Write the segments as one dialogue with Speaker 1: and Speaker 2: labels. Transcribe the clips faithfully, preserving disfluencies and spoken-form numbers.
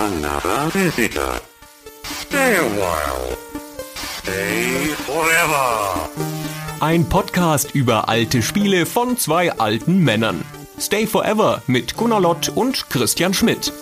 Speaker 1: another visitor. Stay a while. Stay forever.
Speaker 2: Ein Podcast über alte Spiele von zwei alten Männern. Stay Forever mit Gunnar Lott und Christian Schmidt.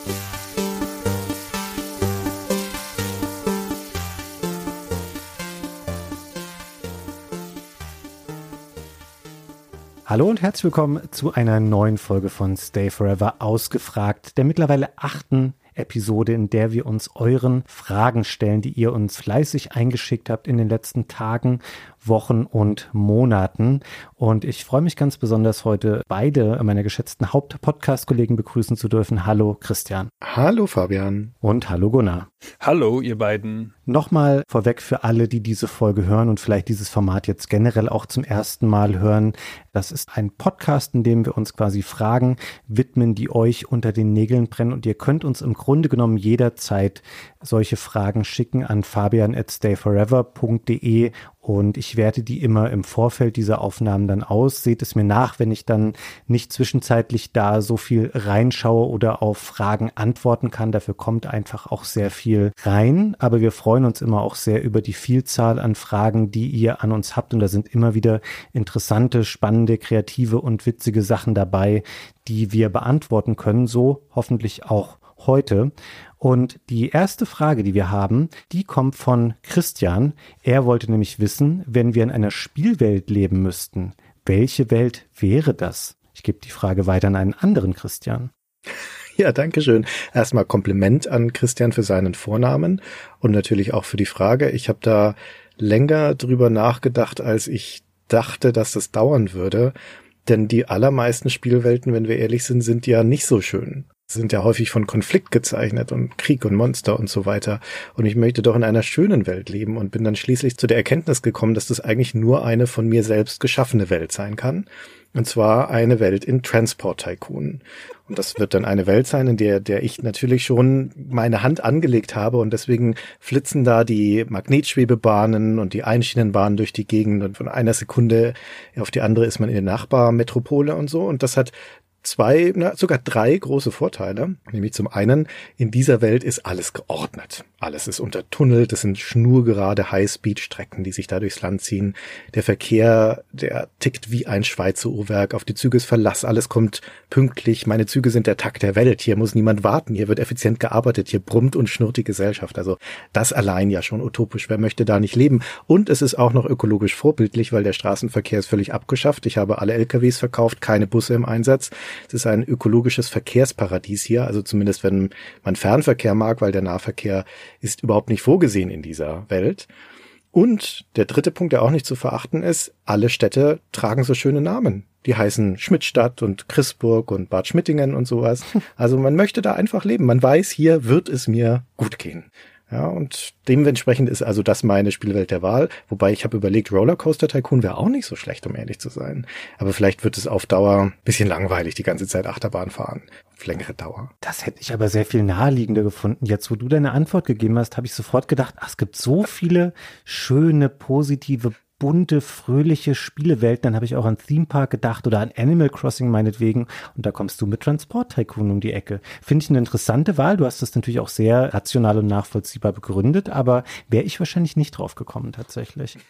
Speaker 3: Hallo und herzlich willkommen zu einer neuen Folge von Stay Forever ausgefragt, der mittlerweile achten Episode, in der wir uns euren Fragen stellen, die ihr uns fleißig eingeschickt habt in den letzten Tagen, Wochen und Monaten. Und ich freue mich ganz besonders, heute beide meiner geschätzten Haupt-Podcast-Kollegen begrüßen zu dürfen. Hallo Christian.
Speaker 4: Hallo Fabian.
Speaker 3: Und hallo Gunnar.
Speaker 5: Hallo ihr beiden.
Speaker 3: Nochmal vorweg für alle, die diese Folge hören und vielleicht dieses Format jetzt generell auch zum ersten Mal hören. Das ist ein Podcast, in dem wir uns quasi Fragen widmen, die euch unter den Nägeln brennen. Und ihr könnt uns im Grunde genommen jederzeit solche Fragen schicken an fabian at stayforever punkt de. Und ich werte die immer im Vorfeld dieser Aufnahmen dann aus. Seht es mir nach, wenn ich dann nicht zwischenzeitlich da so viel reinschaue oder auf Fragen antworten kann. Dafür kommt einfach auch sehr viel rein. Aber wir freuen uns immer auch sehr über die Vielzahl an Fragen, die ihr an uns habt. Und da sind immer wieder interessante, spannende, kreative und witzige Sachen dabei, die wir beantworten können. So hoffentlich auch heute. Und die erste Frage, die wir haben, die kommt von Christian. Er wollte nämlich wissen, wenn wir in einer Spielwelt leben müssten, welche Welt wäre das? Ich gebe die Frage weiter an einen anderen Christian.
Speaker 4: Ja, danke schön. Erstmal Kompliment an Christian für seinen Vornamen und natürlich auch für die Frage. Ich habe da länger drüber nachgedacht, als ich dachte, dass das dauern würde. Denn die allermeisten Spielwelten, wenn wir ehrlich sind, sind ja nicht so schön. Sind ja häufig von Konflikt gezeichnet und Krieg und Monster und so weiter. Und ich möchte doch in einer schönen Welt leben und bin dann schließlich zu der Erkenntnis gekommen, dass das eigentlich nur eine von mir selbst geschaffene Welt sein kann. Und zwar eine Welt in Transport Tycoon. Und das wird dann eine Welt sein, in der, der ich natürlich schon meine Hand angelegt habe und deswegen flitzen da die Magnetschwebebahnen und die Einschienenbahnen durch die Gegend und von einer Sekunde auf die andere ist man in der Nachbarmetropole und so. Und das hat zwei, na, sogar drei große Vorteile. Nämlich zum einen, in dieser Welt ist alles geordnet. Alles ist untertunnelt, es sind schnurgerade Highspeed-Strecken, die sich da durchs Land ziehen. Der Verkehr, der tickt wie ein Schweizer Uhrwerk. Auf die Züge ist Verlass, alles kommt pünktlich. Meine Züge sind der Takt der Welt. Hier muss niemand warten, hier wird effizient gearbeitet, hier brummt und schnurrt die Gesellschaft. Also das allein ja schon utopisch. Wer möchte da nicht leben? Und es ist auch noch ökologisch vorbildlich, weil der Straßenverkehr ist völlig abgeschafft. Ich habe alle L K Ws verkauft, keine Busse im Einsatz. Es ist ein ökologisches Verkehrsparadies hier, also zumindest wenn man Fernverkehr mag, weil der Nahverkehr ist überhaupt nicht vorgesehen in dieser Welt. Und der dritte Punkt, der auch nicht zu verachten ist, alle Städte tragen so schöne Namen. Die heißen Schmidtstadt und Chrisburg und Bad Schmittingen und sowas. Also man möchte da einfach leben. Man weiß, hier wird es mir gut gehen. Ja, und dementsprechend ist also das meine Spielwelt der Wahl. Wobei ich habe überlegt, Rollercoaster Tycoon wäre auch nicht so schlecht, um ehrlich zu sein. Aber vielleicht wird es auf Dauer ein bisschen langweilig, die ganze Zeit Achterbahn fahren. Auf längere Dauer.
Speaker 3: Das hätte ich aber sehr viel naheliegender gefunden. Jetzt, wo du deine Antwort gegeben hast, habe ich sofort gedacht, ach, es gibt so viele schöne, positive, bunte, fröhliche Spielewelten. Dann habe ich auch an Theme Park gedacht oder an Animal Crossing meinetwegen. Und da kommst du mit Transport Tycoon um die Ecke. Finde ich eine interessante Wahl. Du hast das natürlich auch sehr rational und nachvollziehbar begründet, aber wäre ich wahrscheinlich nicht drauf gekommen tatsächlich.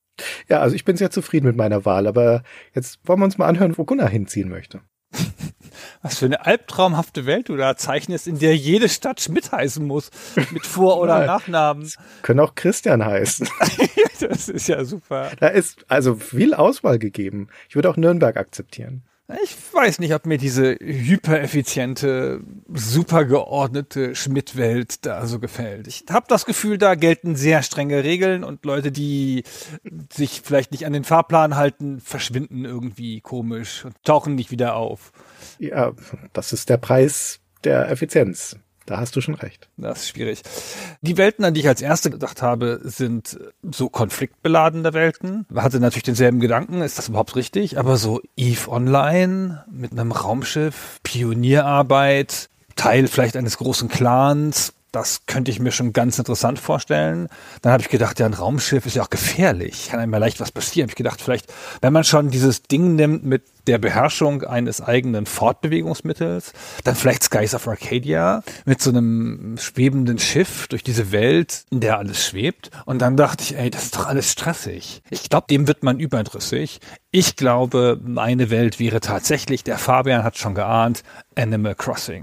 Speaker 4: Ja, also ich bin sehr zufrieden mit meiner Wahl, aber jetzt wollen wir uns mal anhören, wo Gunnar hinziehen möchte.
Speaker 5: Was für eine albtraumhafte Welt du da zeichnest, in der jede Stadt Schmidt heißen muss, mit Vor- oder Nachnamen.
Speaker 4: Das können auch Christian heißen.
Speaker 5: Das ist ja super.
Speaker 4: Da ist also viel Auswahl gegeben. Ich würde auch Nürnberg akzeptieren.
Speaker 5: Ich weiß nicht, ob mir diese hypereffiziente, super geordnete Schmidt-Welt da so gefällt. Ich habe das Gefühl, da gelten sehr strenge Regeln und Leute, die sich vielleicht nicht an den Fahrplan halten, verschwinden irgendwie komisch und tauchen nicht wieder auf.
Speaker 4: Ja, das ist der Preis der Effizienz. Da hast du schon recht.
Speaker 5: Das ist schwierig. Die Welten, an die ich als erste gedacht habe, sind so konfliktbeladene Welten. Man hatte natürlich denselben Gedanken, ist das überhaupt richtig? Aber so EVE Online mit einem Raumschiff, Pionierarbeit, Teil vielleicht eines großen Clans, Das könnte ich mir schon ganz interessant vorstellen. Dann habe ich gedacht, ja, ein Raumschiff ist ja auch gefährlich. Kann einem ja leicht was passieren. Habe ich gedacht, vielleicht, wenn man schon dieses Ding nimmt mit der Beherrschung eines eigenen Fortbewegungsmittels, dann vielleicht Skies of Arcadia mit so einem schwebenden Schiff durch diese Welt, in der alles schwebt. Und dann dachte ich, ey, das ist doch alles stressig. Ich glaube, dem wird man überdrüssig. Ich glaube, meine Welt wäre tatsächlich, der Fabian hat schon geahnt, Animal Crossing.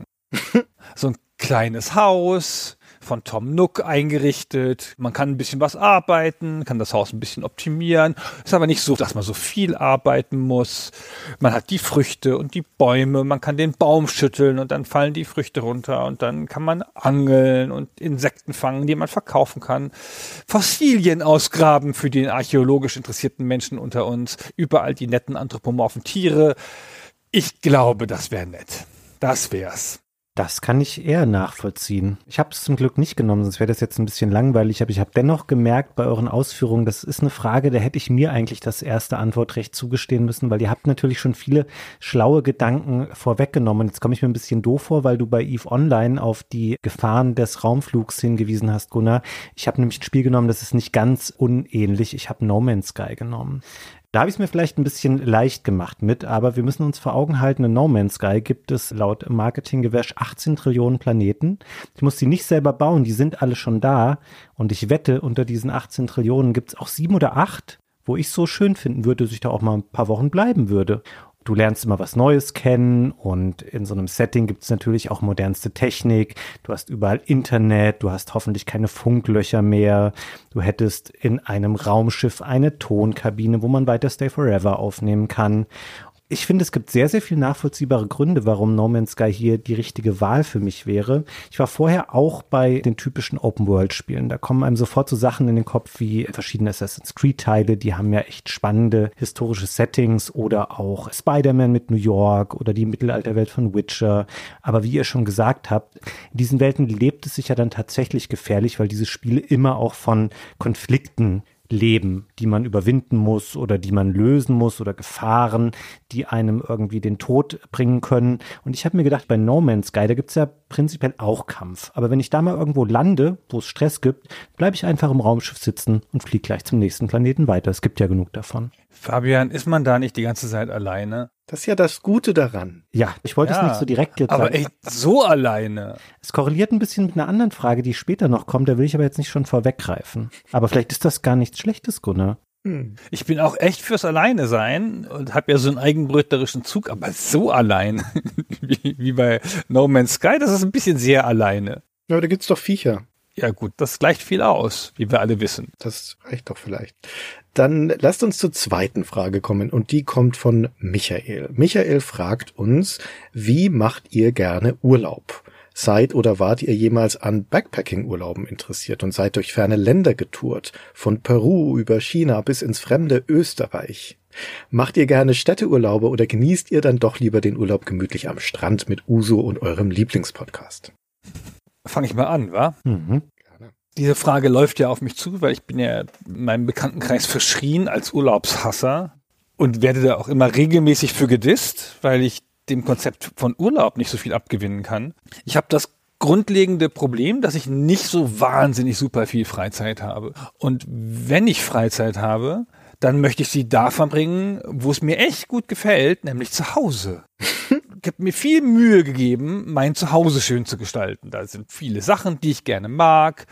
Speaker 5: So ein kleines Haus, von Tom Nook eingerichtet. Man kann ein bisschen was arbeiten, kann das Haus ein bisschen optimieren. Ist aber nicht so, dass man so viel arbeiten muss. Man hat die Früchte und die Bäume. Man kann den Baum schütteln und dann fallen die Früchte runter. Und dann kann man angeln und Insekten fangen, die man verkaufen kann. Fossilien ausgraben für den archäologisch interessierten Menschen unter uns. Überall die netten anthropomorphen Tiere. Ich glaube, das wäre nett. Das wär's.
Speaker 3: Das kann ich eher nachvollziehen. Ich habe es zum Glück nicht genommen, sonst wäre das jetzt ein bisschen langweilig. Aber ich habe dennoch gemerkt bei euren Ausführungen, das ist eine Frage, da hätte ich mir eigentlich das erste Antwortrecht zugestehen müssen, weil ihr habt natürlich schon viele schlaue Gedanken vorweggenommen. Jetzt komme ich mir ein bisschen doof vor, weil du bei EVE Online auf die Gefahren des Raumflugs hingewiesen hast, Gunnar. Ich habe nämlich ein Spiel genommen, das ist nicht ganz unähnlich. Ich habe No Man's Sky genommen. Da habe ich es mir vielleicht ein bisschen leicht gemacht mit, aber wir müssen uns vor Augen halten, in No Man's Sky gibt es laut Marketinggewäsch achtzehn Trillionen Planeten. Ich muss die nicht selber bauen, die sind alle schon da. Und ich wette, unter diesen achtzehn Trillionen gibt es auch sieben oder acht, wo ich so schön finden würde, dass ich da auch mal ein paar Wochen bleiben würde. Du lernst immer was Neues kennen und in so einem Setting gibt es natürlich auch modernste Technik. Du hast überall Internet, du hast hoffentlich keine Funklöcher mehr. Du hättest in einem Raumschiff eine Tonkabine, wo man weiter Stay Forever aufnehmen kann. Ich finde, es gibt sehr, sehr viel nachvollziehbare Gründe, warum No Man's Sky hier die richtige Wahl für mich wäre. Ich war vorher auch bei den typischen Open-World-Spielen. Da kommen einem sofort so Sachen in den Kopf wie verschiedene Assassin's Creed-Teile, die haben ja echt spannende historische Settings oder auch Spider-Man mit New York oder die Mittelalterwelt von Witcher. Aber wie ihr schon gesagt habt, in diesen Welten lebt es sich ja dann tatsächlich gefährlich, weil diese Spiele immer auch von Konflikten leben, die man überwinden muss oder die man lösen muss oder Gefahren, die einem irgendwie den Tod bringen können. Und ich habe mir gedacht, bei No Man's Sky, da gibt es ja prinzipiell auch Kampf. Aber wenn ich da mal irgendwo lande, wo es Stress gibt, bleibe ich einfach im Raumschiff sitzen und fliege gleich zum nächsten Planeten weiter. Es gibt ja genug davon.
Speaker 5: Fabian, ist man da nicht die ganze Zeit alleine?
Speaker 4: Das ist ja das Gute daran.
Speaker 3: Ja, ich wollte
Speaker 5: ja,
Speaker 3: es nicht so direkt jetzt sagen.
Speaker 5: Aber echt so alleine.
Speaker 3: Es korreliert ein bisschen mit einer anderen Frage, die später noch kommt. Da will ich aber jetzt nicht schon vorweggreifen. Aber vielleicht ist das gar nichts Schlechtes, Gunnar.
Speaker 5: Hm. Ich bin auch echt fürs Alleine sein und habe ja so einen eigenbrötlerischen Zug, aber so allein wie, wie bei No Man's Sky, das ist ein bisschen sehr alleine.
Speaker 4: Ja, da gibt's doch Viecher.
Speaker 5: Ja gut, das gleicht viel aus, wie wir alle wissen.
Speaker 4: Das reicht doch vielleicht. Dann lasst uns zur zweiten Frage kommen und die kommt von Michael. Michael fragt uns, wie macht ihr gerne Urlaub? Seid oder wart ihr jemals an Backpacking-Urlauben interessiert und seid durch ferne Länder getourt, von Peru über China bis ins fremde Österreich? Macht ihr gerne Städteurlaube oder genießt ihr dann doch lieber den Urlaub gemütlich am Strand mit Uso und eurem Lieblingspodcast?
Speaker 5: Fange ich mal an, wa?
Speaker 3: Mhm.
Speaker 5: Diese Frage läuft ja auf mich zu, weil ich bin ja in meinem Bekanntenkreis verschrien als Urlaubshasser und werde da auch immer regelmäßig für gedisst, weil ich dem Konzept von Urlaub nicht so viel abgewinnen kann. Ich habe das grundlegende Problem, dass ich nicht so wahnsinnig super viel Freizeit habe. Und wenn ich Freizeit habe, dann möchte ich sie da verbringen, wo es mir echt gut gefällt, nämlich zu Hause. Ich habe mir viel Mühe gegeben, mein Zuhause schön zu gestalten. Da sind viele Sachen, die ich gerne mag.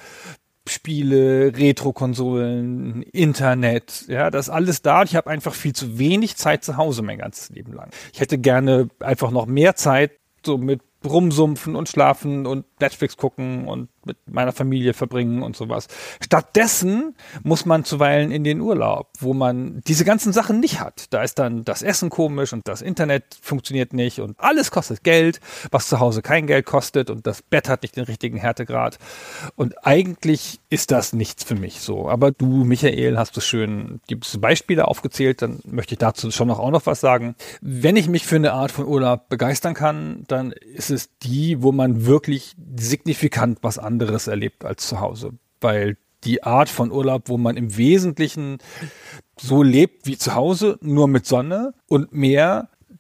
Speaker 5: Spiele, Retro-Konsolen, Internet, ja, das ist alles da. Und ich habe einfach viel zu wenig Zeit zu Hause mein ganzes Leben lang. Ich hätte gerne einfach noch mehr Zeit, so mit rumsumpfen und schlafen und Netflix gucken und mit meiner Familie verbringen und sowas. Stattdessen muss man zuweilen in den Urlaub, wo man diese ganzen Sachen nicht hat. Da ist dann das Essen komisch und das Internet funktioniert nicht und alles kostet Geld, was zu Hause kein Geld kostet und das Bett hat nicht den richtigen Härtegrad. Und eigentlich ist das nichts für mich so. Aber du, Michael, hast du schön die Beispiele aufgezählt, dann möchte ich dazu schon noch auch noch was sagen. Wenn ich mich für eine Art von Urlaub begeistern kann, dann ist es die, wo man wirklich signifikant was anderes erlebt als zu Hause. Weil die Art von Urlaub, wo man im Wesentlichen so lebt wie zu Hause, nur mit Sonne und Meer,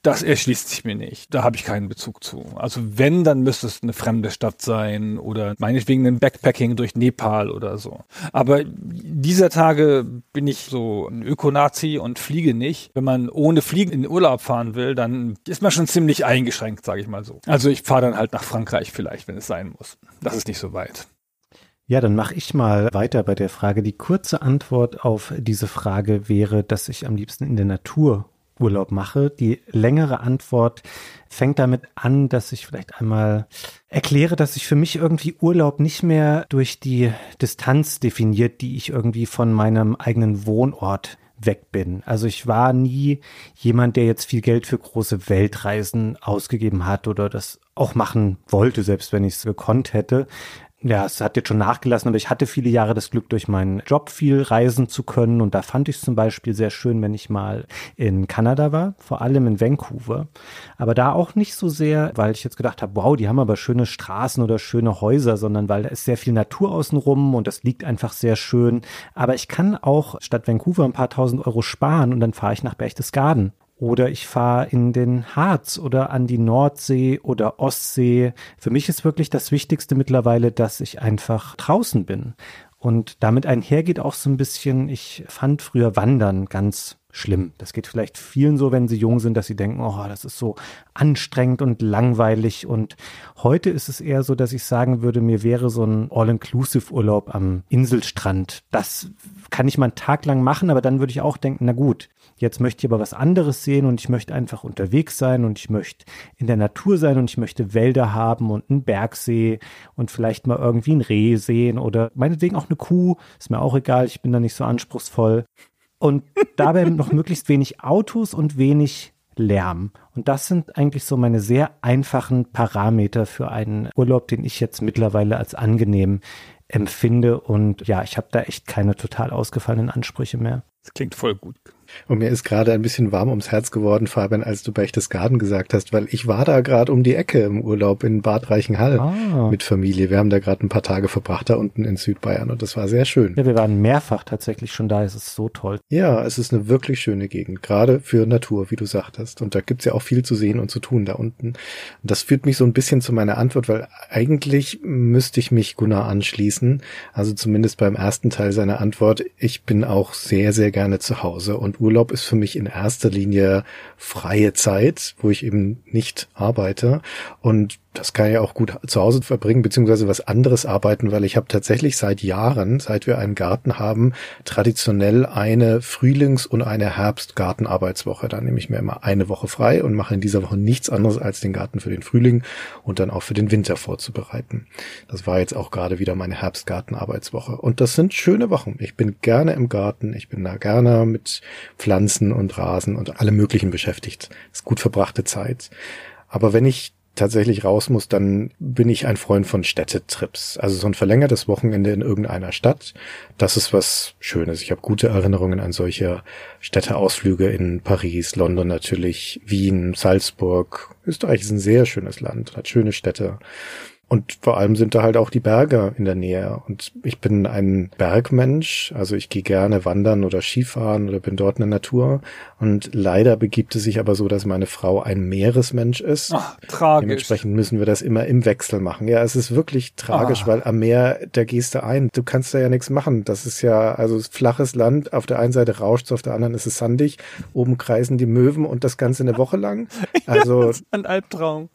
Speaker 5: Das erschließt sich mir nicht. Da habe ich keinen Bezug zu. Also wenn, dann müsste es eine fremde Stadt sein oder meinetwegen ein Backpacking durch Nepal oder so. Aber dieser Tage bin ich so ein Ökonazi und fliege nicht. Wenn man ohne Fliegen in den Urlaub fahren will, dann ist man schon ziemlich eingeschränkt, sage ich mal so. Also ich fahre dann halt nach Frankreich vielleicht, wenn es sein muss. Das ist nicht so weit.
Speaker 3: Ja, dann mache ich mal weiter bei der Frage. Die kurze Antwort auf diese Frage wäre, dass ich am liebsten in der Natur Urlaub mache. Die längere Antwort fängt damit an, dass ich vielleicht einmal erkläre, dass sich für mich irgendwie Urlaub nicht mehr durch die Distanz definiert, die ich irgendwie von meinem eigenen Wohnort weg bin. Also ich war nie jemand, der jetzt viel Geld für große Weltreisen ausgegeben hat oder das auch machen wollte, selbst wenn ich es gekonnt hätte. Ja, es hat jetzt schon nachgelassen, aber ich hatte viele Jahre das Glück, durch meinen Job viel reisen zu können. Und da fand ich es zum Beispiel sehr schön, wenn ich mal in Kanada war, vor allem in Vancouver. Aber da auch nicht so sehr, weil ich jetzt gedacht habe, wow, die haben aber schöne Straßen oder schöne Häuser, sondern weil da ist sehr viel Natur außenrum und das liegt einfach sehr schön. Aber ich kann auch statt Vancouver ein paar tausend Euro sparen und dann fahre ich nach Berchtesgaden. Oder ich fahre in den Harz oder an die Nordsee oder Ostsee. Für mich ist wirklich das Wichtigste mittlerweile, dass ich einfach draußen bin. Und damit einhergeht auch so ein bisschen, ich fand früher Wandern ganz schlimm. Das geht vielleicht vielen so, wenn sie jung sind, dass sie denken, oh, das ist so anstrengend und langweilig. Und heute ist es eher so, dass ich sagen würde, mir wäre so ein All-Inclusive-Urlaub am Inselstrand. Das kann ich mal einen Tag lang machen, aber dann würde ich auch denken, na gut, jetzt möchte ich aber was anderes sehen und ich möchte einfach unterwegs sein und ich möchte in der Natur sein und ich möchte Wälder haben und einen Bergsee und vielleicht mal irgendwie ein Reh sehen oder meinetwegen auch eine Kuh. Ist mir auch egal, ich bin da nicht so anspruchsvoll. Und dabei noch möglichst wenig Autos und wenig Lärm. Und das sind eigentlich so meine sehr einfachen Parameter für einen Urlaub, den ich jetzt mittlerweile als angenehm empfinde. Und ja, ich habe da echt keine total ausgefallenen Ansprüche mehr.
Speaker 5: Das klingt voll gut.
Speaker 4: Und mir ist gerade ein bisschen warm ums Herz geworden, Fabian, als du Berchtesgaden gesagt hast, weil ich war da gerade um die Ecke im Urlaub in Bad Reichenhall ah. mit Familie. Wir haben da gerade ein paar Tage verbracht, da unten in Südbayern und das war sehr schön.
Speaker 3: Ja, wir waren mehrfach tatsächlich schon da, es ist so toll.
Speaker 4: Ja, es ist eine wirklich schöne Gegend, gerade für Natur, wie du sagtest. Und da gibt's ja auch viel zu sehen und zu tun da unten. Und das führt mich so ein bisschen zu meiner Antwort, weil eigentlich müsste ich mich Gunnar anschließen, also zumindest beim ersten Teil seiner Antwort. Ich bin auch sehr, sehr gerne zu Hause und Urlaub ist für mich in erster Linie freie Zeit, wo ich eben nicht arbeite und das kann ich auch gut zu Hause verbringen, beziehungsweise was anderes arbeiten, weil ich habe tatsächlich seit Jahren, seit wir einen Garten haben, traditionell eine Frühlings- und eine Herbst-Gartenarbeitswoche. Da nehme ich mir immer eine Woche frei und mache in dieser Woche nichts anderes, als den Garten für den Frühling und dann auch für den Winter vorzubereiten. Das war jetzt auch gerade wieder meine Herbst-Gartenarbeitswoche. Und das sind schöne Wochen. Ich bin gerne im Garten, ich bin da gerne mit Pflanzen und Rasen und allem Möglichen beschäftigt. Das ist gut verbrachte Zeit. Aber wenn ich tatsächlich raus muss, dann bin ich ein Freund von Städtetrips. Also so ein verlängertes Wochenende in irgendeiner Stadt, das ist was Schönes. Ich habe gute Erinnerungen an solche Städteausflüge in Paris, London natürlich, Wien, Salzburg. Österreich ist ein sehr schönes Land, hat schöne Städte. Und vor allem sind da halt auch die Berge in der Nähe. Und ich bin ein Bergmensch, also ich gehe gerne wandern oder Skifahren oder bin dort in der Natur. Und leider begibt es sich aber so, dass meine Frau ein Meeresmensch ist.
Speaker 5: Ach, tragisch.
Speaker 4: Dementsprechend müssen wir das immer im Wechsel machen. Ja, es ist wirklich tragisch, ah. weil am Meer, da gehst du ein. Du kannst da ja nichts machen. Das ist ja, also flaches Land. Auf der einen Seite rauscht es, auf der anderen ist es sandig. Oben kreisen die Möwen und das Ganze eine Woche lang. Also
Speaker 5: ja, das ist ein Albtraum.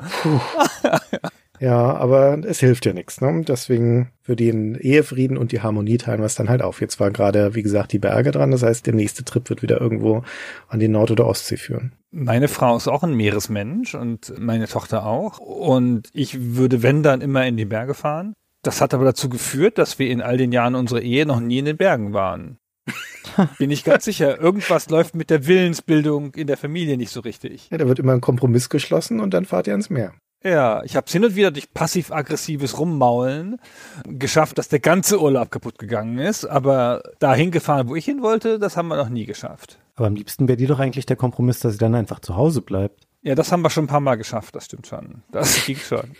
Speaker 4: Ja, aber es hilft ja nichts, ne? Deswegen für den Ehefrieden und die Harmonie teilen wir es dann halt auf. Jetzt war gerade, wie gesagt, die Berge dran. Das heißt, der nächste Trip wird wieder irgendwo an die Nord- oder Ostsee führen.
Speaker 5: Meine Frau ist auch ein Meeresmensch und meine Tochter auch. Und ich würde, wenn, dann immer in die Berge fahren. Das hat aber dazu geführt, dass wir in all den Jahren unserer Ehe noch nie in den Bergen waren. Bin ich ganz sicher. Irgendwas läuft mit der Willensbildung in der Familie nicht so richtig.
Speaker 4: Ja, da wird immer ein Kompromiss geschlossen und dann fahrt ihr ans Meer.
Speaker 5: Ja, ich habe es hin und wieder durch passiv-aggressives Rummaulen geschafft, dass der ganze Urlaub kaputt gegangen ist. Aber dahin gefahren, wo ich hin wollte, das haben wir noch nie geschafft.
Speaker 3: Aber am liebsten wäre dir doch eigentlich der Kompromiss, dass sie dann einfach zu Hause bleibt.
Speaker 5: Ja, das haben wir schon ein paar Mal geschafft, das stimmt schon. Das ging schon.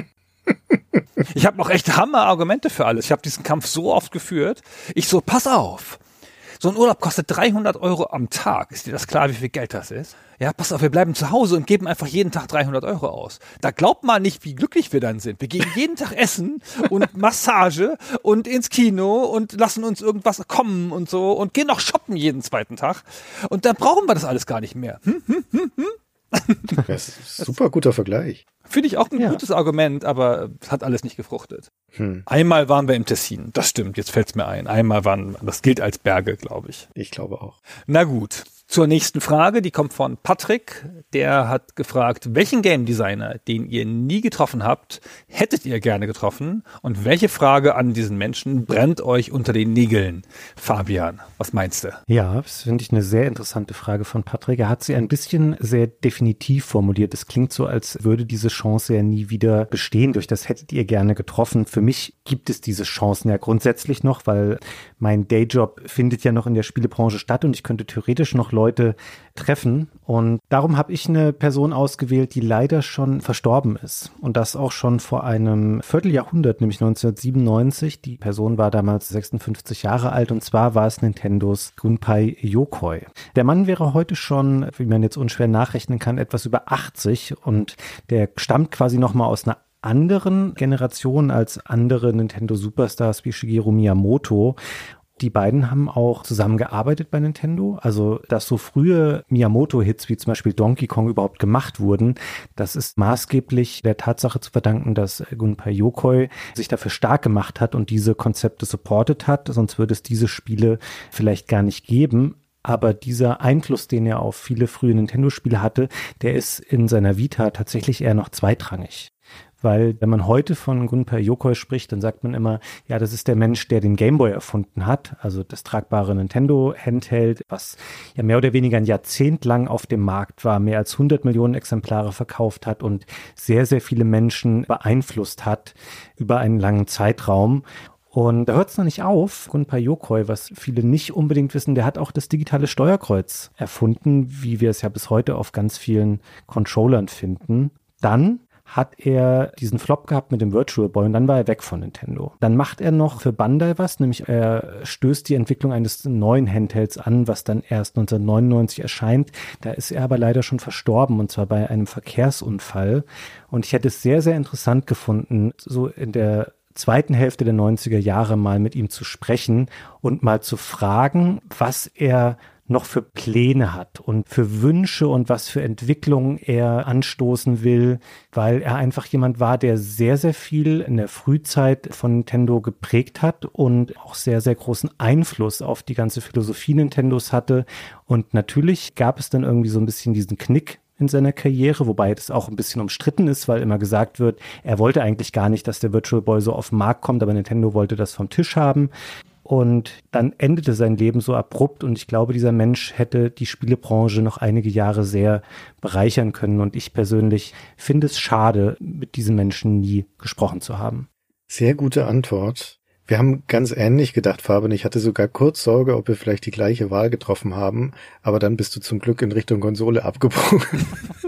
Speaker 5: Ich habe auch echt Hammer-Argumente für alles. Ich habe diesen Kampf so oft geführt. Ich so, pass auf. So ein Urlaub kostet dreihundert Euro am Tag. Ist dir das klar, wie viel Geld das ist? Ja, pass auf, wir bleiben zu Hause und geben einfach jeden Tag dreihundert Euro aus. Da glaubt man nicht, wie glücklich wir dann sind. Wir gehen jeden Tag essen und Massage und ins Kino und lassen uns irgendwas kommen und so und gehen noch shoppen jeden zweiten Tag. Und dann brauchen wir das alles gar nicht mehr. Hm, hm, hm, hm.
Speaker 4: Das ist ein super guter Vergleich.
Speaker 5: Finde ich auch ein
Speaker 3: ja.
Speaker 5: gutes Argument, aber es hat alles nicht gefruchtet.
Speaker 4: Hm.
Speaker 5: Einmal waren wir im Tessin, das stimmt, jetzt fällt's mir ein. Einmal waren, das gilt als Berge, glaube ich.
Speaker 4: Ich glaube auch.
Speaker 5: Na gut, zur nächsten Frage, die kommt von Patrick. Der hat gefragt, welchen Game Designer, den ihr nie getroffen habt, hättet ihr gerne getroffen? Und welche Frage an diesen Menschen brennt euch unter den Nägeln? Fabian, was meinst du?
Speaker 3: Ja, das finde ich eine sehr interessante Frage von Patrick. Er hat sie ein bisschen sehr definitiv formuliert. Es klingt so, als würde diese Chance ja nie wieder bestehen. Durch das hättet ihr gerne getroffen. Für mich gibt es diese Chancen ja grundsätzlich noch, weil mein Dayjob findet ja noch in der Spielebranche statt und ich könnte theoretisch noch Leute treffen. Und darum habe ich eine Person ausgewählt, die leider schon verstorben ist. Und das auch schon vor einem Vierteljahrhundert, nämlich neunzehnhundertsiebenundneunzig. Die Person war damals sechsundfünfzig Jahre alt und zwar war es Nintendos Gunpei Yokoi. Der Mann wäre heute schon, wie man jetzt unschwer nachrechnen kann, etwas über achtzig und der stammt quasi nochmal aus einer anderen Generation als andere Nintendo Superstars wie Shigeru Miyamoto. Die beiden haben auch zusammengearbeitet bei Nintendo. Also, dass so frühe Miyamoto-Hits wie zum Beispiel Donkey Kong überhaupt gemacht wurden, das ist maßgeblich der Tatsache zu verdanken, dass Gunpei Yokoi sich dafür stark gemacht hat und diese Konzepte supportet hat. Sonst würde es diese Spiele vielleicht gar nicht geben. Aber dieser Einfluss, den er auf viele frühe Nintendo-Spiele hatte, der ist in seiner Vita tatsächlich eher noch zweitrangig. Weil wenn man heute von Gunpei Yokoi spricht, dann sagt man immer, ja, das ist der Mensch, der den Gameboy erfunden hat, also das tragbare Nintendo-Handheld, was ja mehr oder weniger ein Jahrzehnt lang auf dem Markt war, mehr als hundert Millionen Exemplare verkauft hat und sehr, sehr viele Menschen beeinflusst hat über einen langen Zeitraum. Und da hört es noch nicht auf. Gunpei Yokoi, was viele nicht unbedingt wissen, der hat auch das digitale Steuerkreuz erfunden, wie wir es ja bis heute auf ganz vielen Controllern finden. Dann hat er diesen Flop gehabt mit dem Virtual Boy und dann war er weg von Nintendo. Dann macht er noch für Bandai was, nämlich er stößt die Entwicklung eines neuen Handhelds an, was dann erst neunzehnhundertneunundneunzig erscheint. Da ist er aber leider schon verstorben und zwar bei einem Verkehrsunfall. Und ich hätte es sehr, sehr interessant gefunden, so in der zweiten Hälfte der neunziger Jahre mal mit ihm zu sprechen und mal zu fragen, was er noch für Pläne hat und für Wünsche und was für Entwicklungen er anstoßen will, weil er einfach jemand war, der sehr, sehr viel in der Frühzeit von Nintendo geprägt hat und auch sehr, sehr großen Einfluss auf die ganze Philosophie Nintendos hatte. Und natürlich gab es dann irgendwie so ein bisschen diesen Knick in seiner Karriere, wobei das auch ein bisschen umstritten ist, weil immer gesagt wird, er wollte eigentlich gar nicht, dass der Virtual Boy so auf den Markt kommt, aber Nintendo wollte das vom Tisch haben. Und dann endete sein Leben so abrupt und ich glaube, dieser Mensch hätte die Spielebranche noch einige Jahre sehr bereichern können und ich persönlich finde es schade, mit diesem Menschen nie gesprochen zu haben.
Speaker 4: Sehr gute Antwort. Wir haben ganz ähnlich gedacht, Fabian. Ich hatte sogar kurz Sorge, ob wir vielleicht die gleiche Wahl getroffen haben, aber dann bist du zum Glück in Richtung Konsole abgebogen.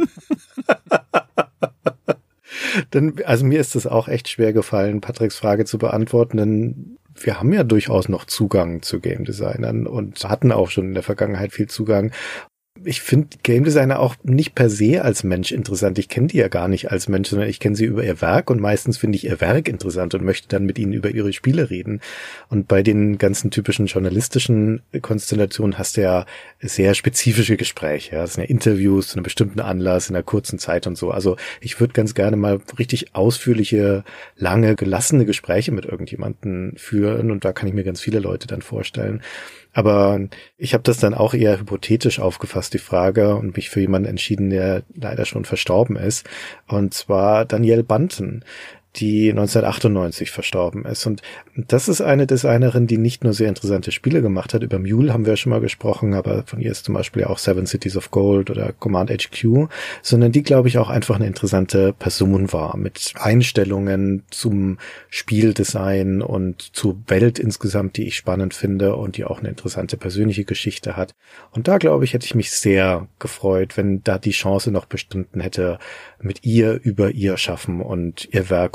Speaker 4: Denn, also mir ist es auch echt schwer gefallen, Patricks Frage zu beantworten, denn wir haben ja durchaus noch Zugang zu Game Designern und hatten auch schon in der Vergangenheit viel Zugang. Ich finde Game Designer auch nicht per se als Mensch interessant. Ich kenne die ja gar nicht als Mensch, sondern ich kenne sie über ihr Werk und meistens finde ich ihr Werk interessant und möchte dann mit ihnen über ihre Spiele reden. Und bei den ganzen typischen journalistischen Konstellationen hast du ja sehr spezifische Gespräche. Ja. Das sind ja Interviews zu einem bestimmten Anlass in einer kurzen Zeit und so. Also ich würde ganz gerne mal richtig ausführliche, lange, gelassene Gespräche mit irgendjemandem führen und da kann ich mir ganz viele Leute dann vorstellen. Aber ich habe das dann auch eher hypothetisch aufgefasst, die Frage, und mich für jemanden entschieden, der leider schon verstorben ist. Und zwar Danielle Banten, die neunzehnhundertachtundneunzig verstorben ist. Und das ist eine Designerin, die nicht nur sehr interessante Spiele gemacht hat. Über Mule haben wir ja schon mal gesprochen, aber von ihr ist zum Beispiel auch Seven Cities of Gold oder Command H Q, sondern die, glaube ich, auch einfach eine interessante Person war mit Einstellungen zum Spieldesign und zur Welt insgesamt, die ich spannend finde und die auch eine interessante persönliche Geschichte hat. Und da, glaube ich, hätte ich mich sehr gefreut, wenn da die Chance noch bestanden hätte, mit ihr über ihr Schaffen und ihr Werk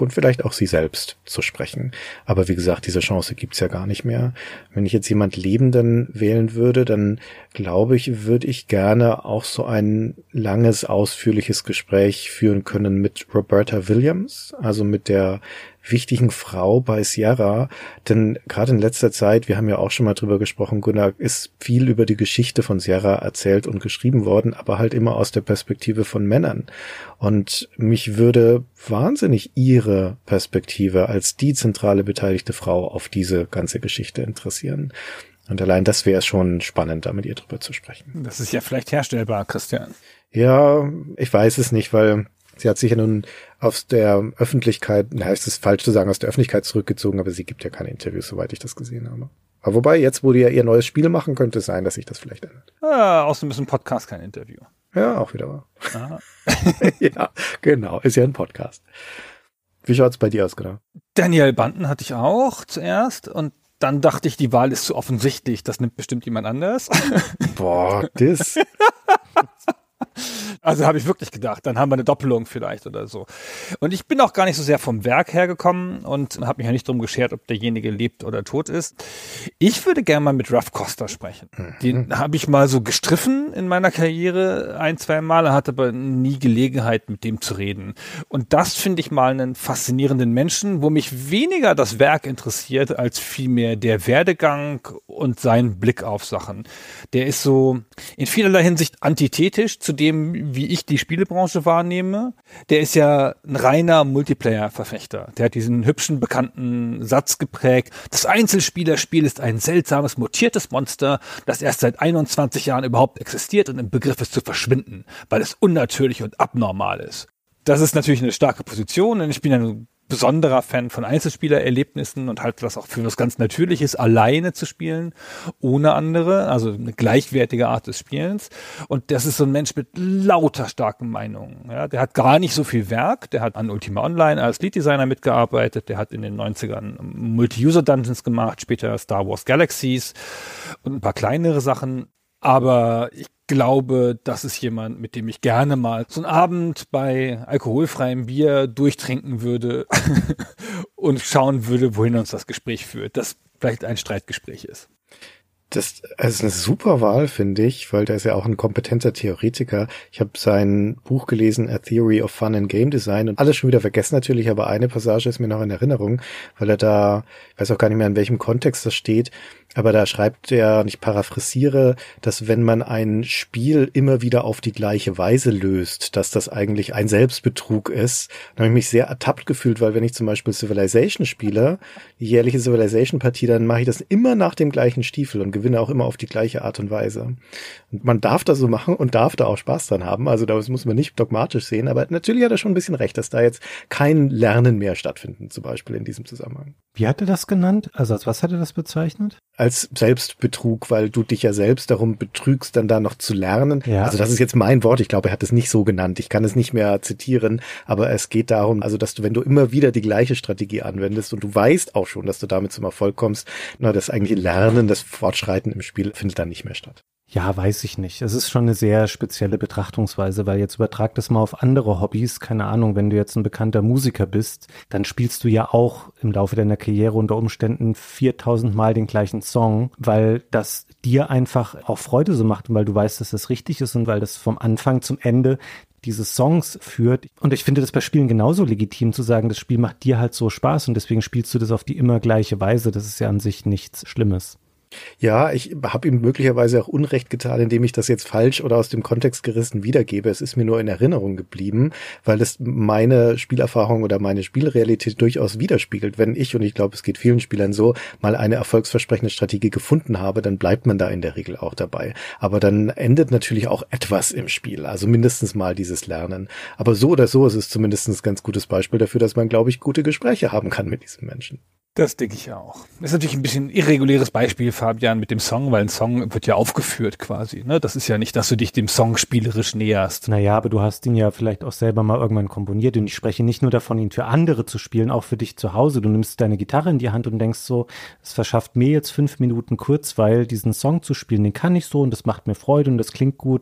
Speaker 4: und vielleicht auch sie selbst zu sprechen. Aber wie gesagt, diese Chance gibt's ja gar nicht mehr. Wenn ich jetzt jemand Lebenden wählen würde, dann glaube ich, würde ich gerne auch so ein langes, ausführliches Gespräch führen können mit Roberta Williams, also mit der wichtigen Frau bei Sierra, denn gerade in letzter Zeit, wir haben ja auch schon mal drüber gesprochen, Gunnar, ist viel über die Geschichte von Sierra erzählt und geschrieben worden, aber halt immer aus der Perspektive von Männern. Und mich würde wahnsinnig ihre Perspektive als die zentrale beteiligte Frau auf diese ganze Geschichte interessieren. Und allein das wäre schon spannend, da mit ihr drüber zu sprechen.
Speaker 5: Das ist ja vielleicht herstellbar, Christian.
Speaker 4: Ja, ich weiß es nicht, weil sie hat sich ja nun aus der Öffentlichkeit, na, ist es falsch zu sagen, aus der Öffentlichkeit zurückgezogen, aber sie gibt ja keine Interviews, soweit ich das gesehen habe. Aber wobei, jetzt, wo die ja ihr neues Spiel machen, könnte es sein, dass sich das vielleicht ändert.
Speaker 5: Ah, außerdem ist ein Podcast kein Interview.
Speaker 4: Ja, auch wieder wahr. Ja, genau, ist ja ein Podcast. Wie schaut's bei dir aus, genau?
Speaker 5: Daniel Banten hatte ich auch zuerst und dann dachte ich, die Wahl ist zu offensichtlich, das nimmt bestimmt jemand anders.
Speaker 4: Boah, das...
Speaker 5: Also habe ich wirklich gedacht, dann haben wir eine Doppelung vielleicht oder so. Und ich bin auch gar nicht so sehr vom Werk hergekommen und habe mich ja nicht drum geschert, ob derjenige lebt oder tot ist. Ich würde gerne mal mit Ruff Costa sprechen. Mhm. Den habe ich mal so gestriffen in meiner Karriere ein, zwei Mal, hatte aber nie Gelegenheit, mit dem zu reden. Und das finde ich mal einen faszinierenden Menschen, wo mich weniger das Werk interessiert, als vielmehr der Werdegang und sein Blick auf Sachen. Der ist so in vielerlei Hinsicht antithetisch zu dem, wie ich die Spielebranche wahrnehme. Der ist ja ein reiner Multiplayer-Verfechter. Der hat diesen hübschen, bekannten Satz geprägt: Das Einzelspielerspiel ist ein seltsames, mutiertes Monster, das erst seit einundzwanzig Jahren überhaupt existiert und im Begriff ist zu verschwinden, weil es unnatürlich und abnormal ist. Das ist natürlich eine starke Position, und ich bin ja ein besonderer Fan von Einzelspielererlebnissen und halte das auch für was ganz Natürliches, alleine zu spielen, ohne andere, also eine gleichwertige Art des Spielens. Und das ist so ein Mensch mit lauter starken Meinungen. Ja, der hat gar nicht so viel Werk, der hat an Ultima Online als Lead-Designer mitgearbeitet, der hat in den neunzigern Multi-User-Dungeons gemacht, später Star Wars Galaxies und ein paar kleinere Sachen. Aber ich glaube, das ist jemand, mit dem ich gerne mal so einen Abend bei alkoholfreiem Bier durchtrinken würde und schauen würde, wohin uns das Gespräch führt, das vielleicht ein Streitgespräch ist.
Speaker 4: Das ist eine super Wahl, finde ich, weil der ist ja auch ein kompetenter Theoretiker. Ich habe sein Buch gelesen, A Theory of Fun and Game Design, und alles schon wieder vergessen natürlich, aber eine Passage ist mir noch in Erinnerung, weil er da, ich weiß auch gar nicht mehr, in welchem Kontext das steht, aber da schreibt er, und ich paraphrasiere, dass wenn man ein Spiel immer wieder auf die gleiche Weise löst, dass das eigentlich ein Selbstbetrug ist. Da habe ich mich sehr ertappt gefühlt, weil wenn ich zum Beispiel Civilization spiele, die jährliche Civilization-Partie, dann mache ich das immer nach dem gleichen Stiefel und gewinne auch immer auf die gleiche Art und Weise. Und man darf das so machen und darf da auch Spaß dran haben. Also das muss man nicht dogmatisch sehen, aber natürlich hat er schon ein bisschen recht, dass da jetzt kein Lernen mehr stattfindet, zum Beispiel in diesem Zusammenhang.
Speaker 3: Wie hat er das genannt? Also als was hat er das bezeichnet?
Speaker 4: Als Selbstbetrug, weil du dich ja selbst darum betrügst, dann da noch zu lernen.
Speaker 3: Ja.
Speaker 4: Also das ist jetzt mein Wort. Ich glaube, er hat es nicht so genannt. Ich kann es nicht mehr zitieren, aber es geht darum, also dass du, wenn du immer wieder die gleiche Strategie anwendest und du weißt auch schon, dass du damit zum Erfolg kommst, na, das eigentliche Lernen, das Fortschreiten im Spiel findet dann nicht mehr statt.
Speaker 3: Ja, weiß ich nicht. Es ist schon eine sehr spezielle Betrachtungsweise, weil jetzt übertrag das mal auf andere Hobbys. Keine Ahnung, wenn du jetzt ein bekannter Musiker bist, dann spielst du ja auch im Laufe deiner Karriere unter Umständen viertausend Mal den gleichen Song, weil das dir einfach auch Freude so macht und weil du weißt, dass das richtig ist und weil das vom Anfang zum Ende diese Songs führt. Und ich finde das bei Spielen genauso legitim zu sagen, das Spiel macht dir halt so Spaß und deswegen spielst du das auf die immer gleiche Weise. Das ist ja an sich nichts Schlimmes.
Speaker 4: Ja, ich habe ihm möglicherweise auch Unrecht getan, indem ich das jetzt falsch oder aus dem Kontext gerissen wiedergebe. Es ist mir nur in Erinnerung geblieben, weil es meine Spielerfahrung oder meine Spielrealität durchaus widerspiegelt. Wenn ich, und ich glaube, es geht vielen Spielern so, mal eine erfolgsversprechende Strategie gefunden habe, dann bleibt man da in der Regel auch dabei. Aber dann endet natürlich auch etwas im Spiel, also mindestens mal dieses Lernen. Aber so oder so ist es zumindest ein ganz gutes Beispiel dafür, dass man, glaube ich, gute Gespräche haben kann mit diesem Menschen.
Speaker 5: Das denke ich auch. Das ist natürlich ein bisschen ein irreguläres Beispiel, Fabian, mit dem Song, weil ein Song wird ja aufgeführt quasi. Ne? Das ist ja nicht, dass du dich dem Song spielerisch näherst.
Speaker 3: Naja, aber du hast ihn ja vielleicht auch selber mal irgendwann komponiert und ich spreche nicht nur davon, ihn für andere zu spielen, auch für dich zu Hause. Du nimmst deine Gitarre in die Hand und denkst so, es verschafft mir jetzt fünf Minuten Kurzweil, diesen Song zu spielen. Den kann ich so und das macht mir Freude und das klingt gut.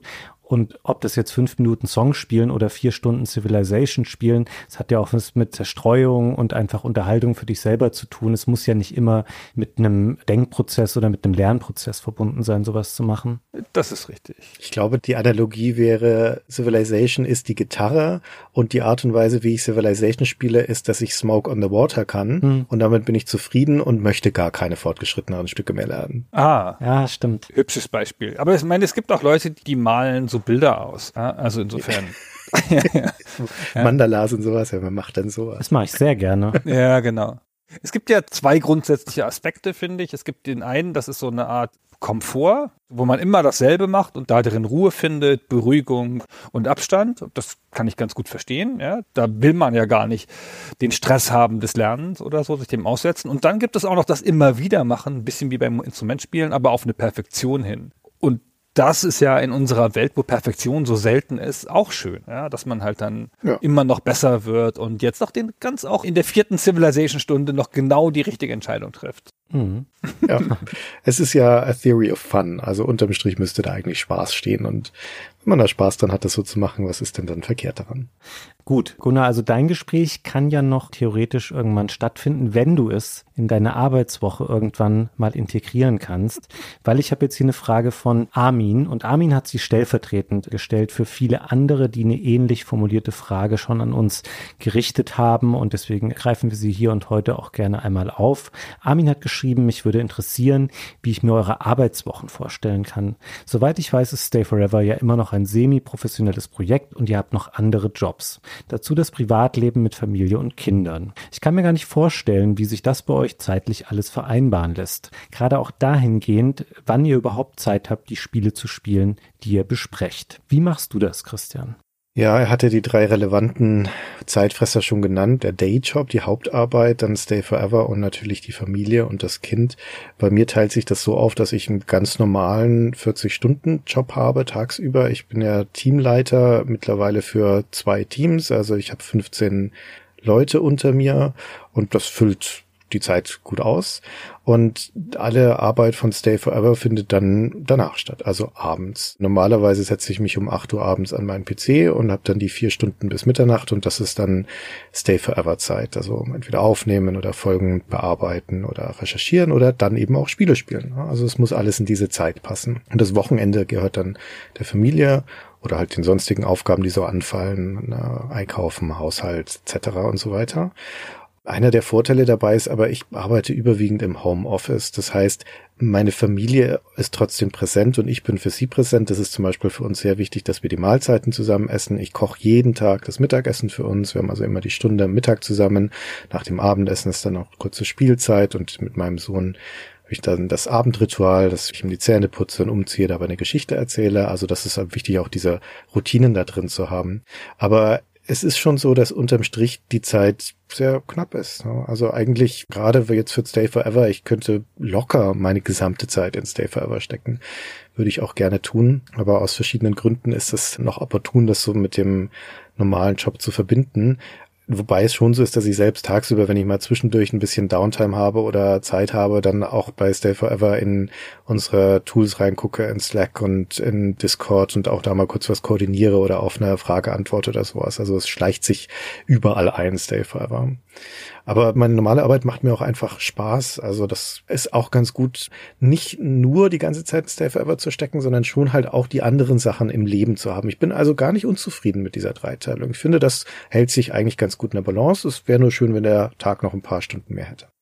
Speaker 3: Und ob das jetzt fünf Minuten Song spielen oder vier Stunden Civilization spielen, es hat ja auch was mit Zerstreuung und einfach Unterhaltung für dich selber zu tun. Es muss ja nicht immer mit einem Denkprozess oder mit einem Lernprozess verbunden sein, sowas zu machen.
Speaker 5: Das ist richtig.
Speaker 4: Ich glaube, die Analogie wäre, Civilization ist die Gitarre und die Art und Weise, wie ich Civilization spiele, ist, dass ich Smoke on the Water kann hm. und damit bin ich zufrieden und möchte gar keine fortgeschritteneren Stücke mehr lernen.
Speaker 5: Ah,
Speaker 3: ja, stimmt.
Speaker 5: Hübsches Beispiel. Aber ich meine, es gibt auch Leute, die malen so Bilder aus. Ja? Also insofern.
Speaker 4: ja, ja. Mandalas und sowas, ja, man macht dann sowas.
Speaker 3: Das mache ich sehr gerne.
Speaker 5: Ja, genau. Es gibt ja zwei grundsätzliche Aspekte, finde ich. Es gibt den einen, das ist so eine Art Komfort, wo man immer dasselbe macht und da drin Ruhe findet, Beruhigung und Abstand. Das kann ich ganz gut verstehen. Ja? Da will man ja gar nicht den Stress haben des Lernens oder so, sich dem aussetzen. Und dann gibt es auch noch das immer wieder machen, ein bisschen wie beim Instrumentspielen, aber auf eine Perfektion hin. Und das ist ja in unserer Welt, wo Perfektion so selten ist, auch schön, ja, dass man halt dann ja. immer noch besser wird und jetzt noch den ganz auch in der vierten Civilization-Stunde noch genau die richtige Entscheidung trifft.
Speaker 4: Mhm. Ja, es ist ja a theory of fun, also unterm Strich müsste da eigentlich Spaß stehen und wenn man da Spaß dran hat, das so zu machen, was ist denn dann verkehrt daran?
Speaker 3: Gut, Gunnar, also dein Gespräch kann ja noch theoretisch irgendwann stattfinden, wenn du es in deine Arbeitswoche irgendwann mal integrieren kannst, weil ich habe jetzt hier eine Frage von Armin und Armin hat sie stellvertretend gestellt für viele andere, die eine ähnlich formulierte Frage schon an uns gerichtet haben und deswegen greifen wir sie hier und heute auch gerne einmal auf. Armin hat geschrieben, mich würde interessieren, wie ich mir eure Arbeitswochen vorstellen kann. Soweit ich weiß, ist Stay Forever ja immer noch ein semi-professionelles Projekt und ihr habt noch andere Jobs. Dazu das Privatleben mit Familie und Kindern. Ich kann mir gar nicht vorstellen, wie sich das bei euch zeitlich alles vereinbaren lässt. Gerade auch dahingehend, wann ihr überhaupt Zeit habt, die Spiele zu spielen, die ihr besprecht. Wie machst du das, Christian?
Speaker 4: Ja, er hatte die drei relevanten Zeitfresser schon genannt. Der Dayjob, die Hauptarbeit, dann Stay Forever und natürlich die Familie und das Kind. Bei mir teilt sich das so auf, dass ich einen ganz normalen vierzig-Stunden-Job habe tagsüber. Ich bin ja Teamleiter mittlerweile für zwei Teams. Also ich habe fünfzehn Leute unter mir und das füllt die Zeit gut aus und alle Arbeit von Stay Forever findet dann danach statt, also abends. Normalerweise setze ich mich um acht Uhr abends an meinen P C und habe dann die vier Stunden bis Mitternacht und das ist dann Stay Forever Zeit, also entweder aufnehmen oder Folgen bearbeiten oder recherchieren oder dann eben auch Spiele spielen. Also es muss alles in diese Zeit passen und das Wochenende gehört dann der Familie oder halt den sonstigen Aufgaben, die so anfallen, Einkaufen, Haushalt et cetera und so weiter. Einer der Vorteile dabei ist aber, ich arbeite überwiegend im Homeoffice. Das heißt, meine Familie ist trotzdem präsent und ich bin für sie präsent. Das ist zum Beispiel für uns sehr wichtig, dass wir die Mahlzeiten zusammen essen. Ich koche jeden Tag das Mittagessen für uns. Wir haben also immer die Stunde am Mittag zusammen. Nach dem Abendessen ist dann auch kurze Spielzeit und mit meinem Sohn habe ich dann das Abendritual, dass ich ihm die Zähne putze und umziehe, dabei eine Geschichte erzähle. Also das ist halt wichtig, auch diese Routinen da drin zu haben. Aber es ist schon so, dass unterm Strich die Zeit sehr knapp ist. Also eigentlich, gerade jetzt für Stay Forever, ich könnte locker meine gesamte Zeit in Stay Forever stecken. Würde ich auch gerne tun. Aber aus verschiedenen Gründen ist es noch opportun, das so mit dem normalen Job zu verbinden. Wobei es schon so ist, dass ich selbst tagsüber, wenn ich mal zwischendurch ein bisschen Downtime habe oder Zeit habe, dann auch bei Stay Forever in unsere Tools reingucke, in Slack und in Discord und auch da mal kurz was koordiniere oder auf eine Frage antworte oder sowas. Also es schleicht sich überall ein, Stay Forever. Aber meine normale Arbeit macht mir auch einfach Spaß. Also das ist auch ganz gut, nicht nur die ganze Zeit in Stay Forever zu stecken, sondern schon halt auch die anderen Sachen im Leben zu haben. Ich bin also gar nicht unzufrieden mit dieser Dreiteilung. Ich finde, das hält sich eigentlich ganz gut in der Balance. Es wäre nur schön, wenn der Tag noch ein paar Stunden mehr hätte.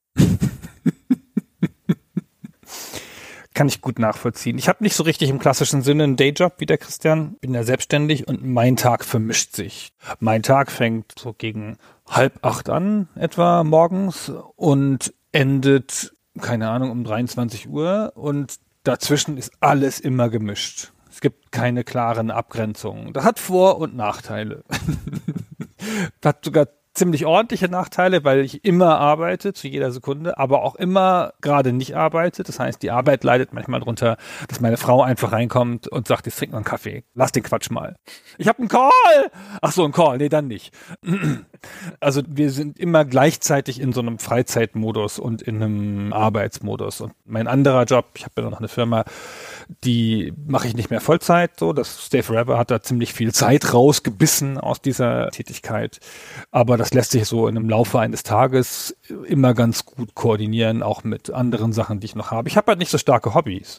Speaker 5: Kann ich gut nachvollziehen. Ich habe nicht so richtig im klassischen Sinne einen Dayjob wie der Christian. Bin ja selbstständig und mein Tag vermischt sich. Mein Tag fängt so gegen halb acht an, etwa morgens und endet, keine Ahnung, um dreiundzwanzig Uhr und dazwischen ist alles immer gemischt. Es gibt keine klaren Abgrenzungen. Das hat Vor- und Nachteile. Hat sogar ziemlich ordentliche Nachteile, weil ich immer arbeite, zu jeder Sekunde, aber auch immer gerade nicht arbeite. Das heißt, die Arbeit leidet manchmal drunter, dass meine Frau einfach reinkommt und sagt, jetzt trink mal einen Kaffee. Lass den Quatsch mal. Ich habe einen Call! Ach so, einen Call. Nee, dann nicht. Also wir sind immer gleichzeitig in so einem Freizeitmodus und in einem Arbeitsmodus. Und mein anderer Job, ich habe ja noch eine Firma, die mache ich nicht mehr Vollzeit, so. Das Stay Forever hat da ziemlich viel Zeit rausgebissen aus dieser Tätigkeit. Aber das lässt sich so in einem Laufe eines Tages immer ganz gut koordinieren, auch mit anderen Sachen, die ich noch habe. Ich habe halt nicht so starke Hobbys.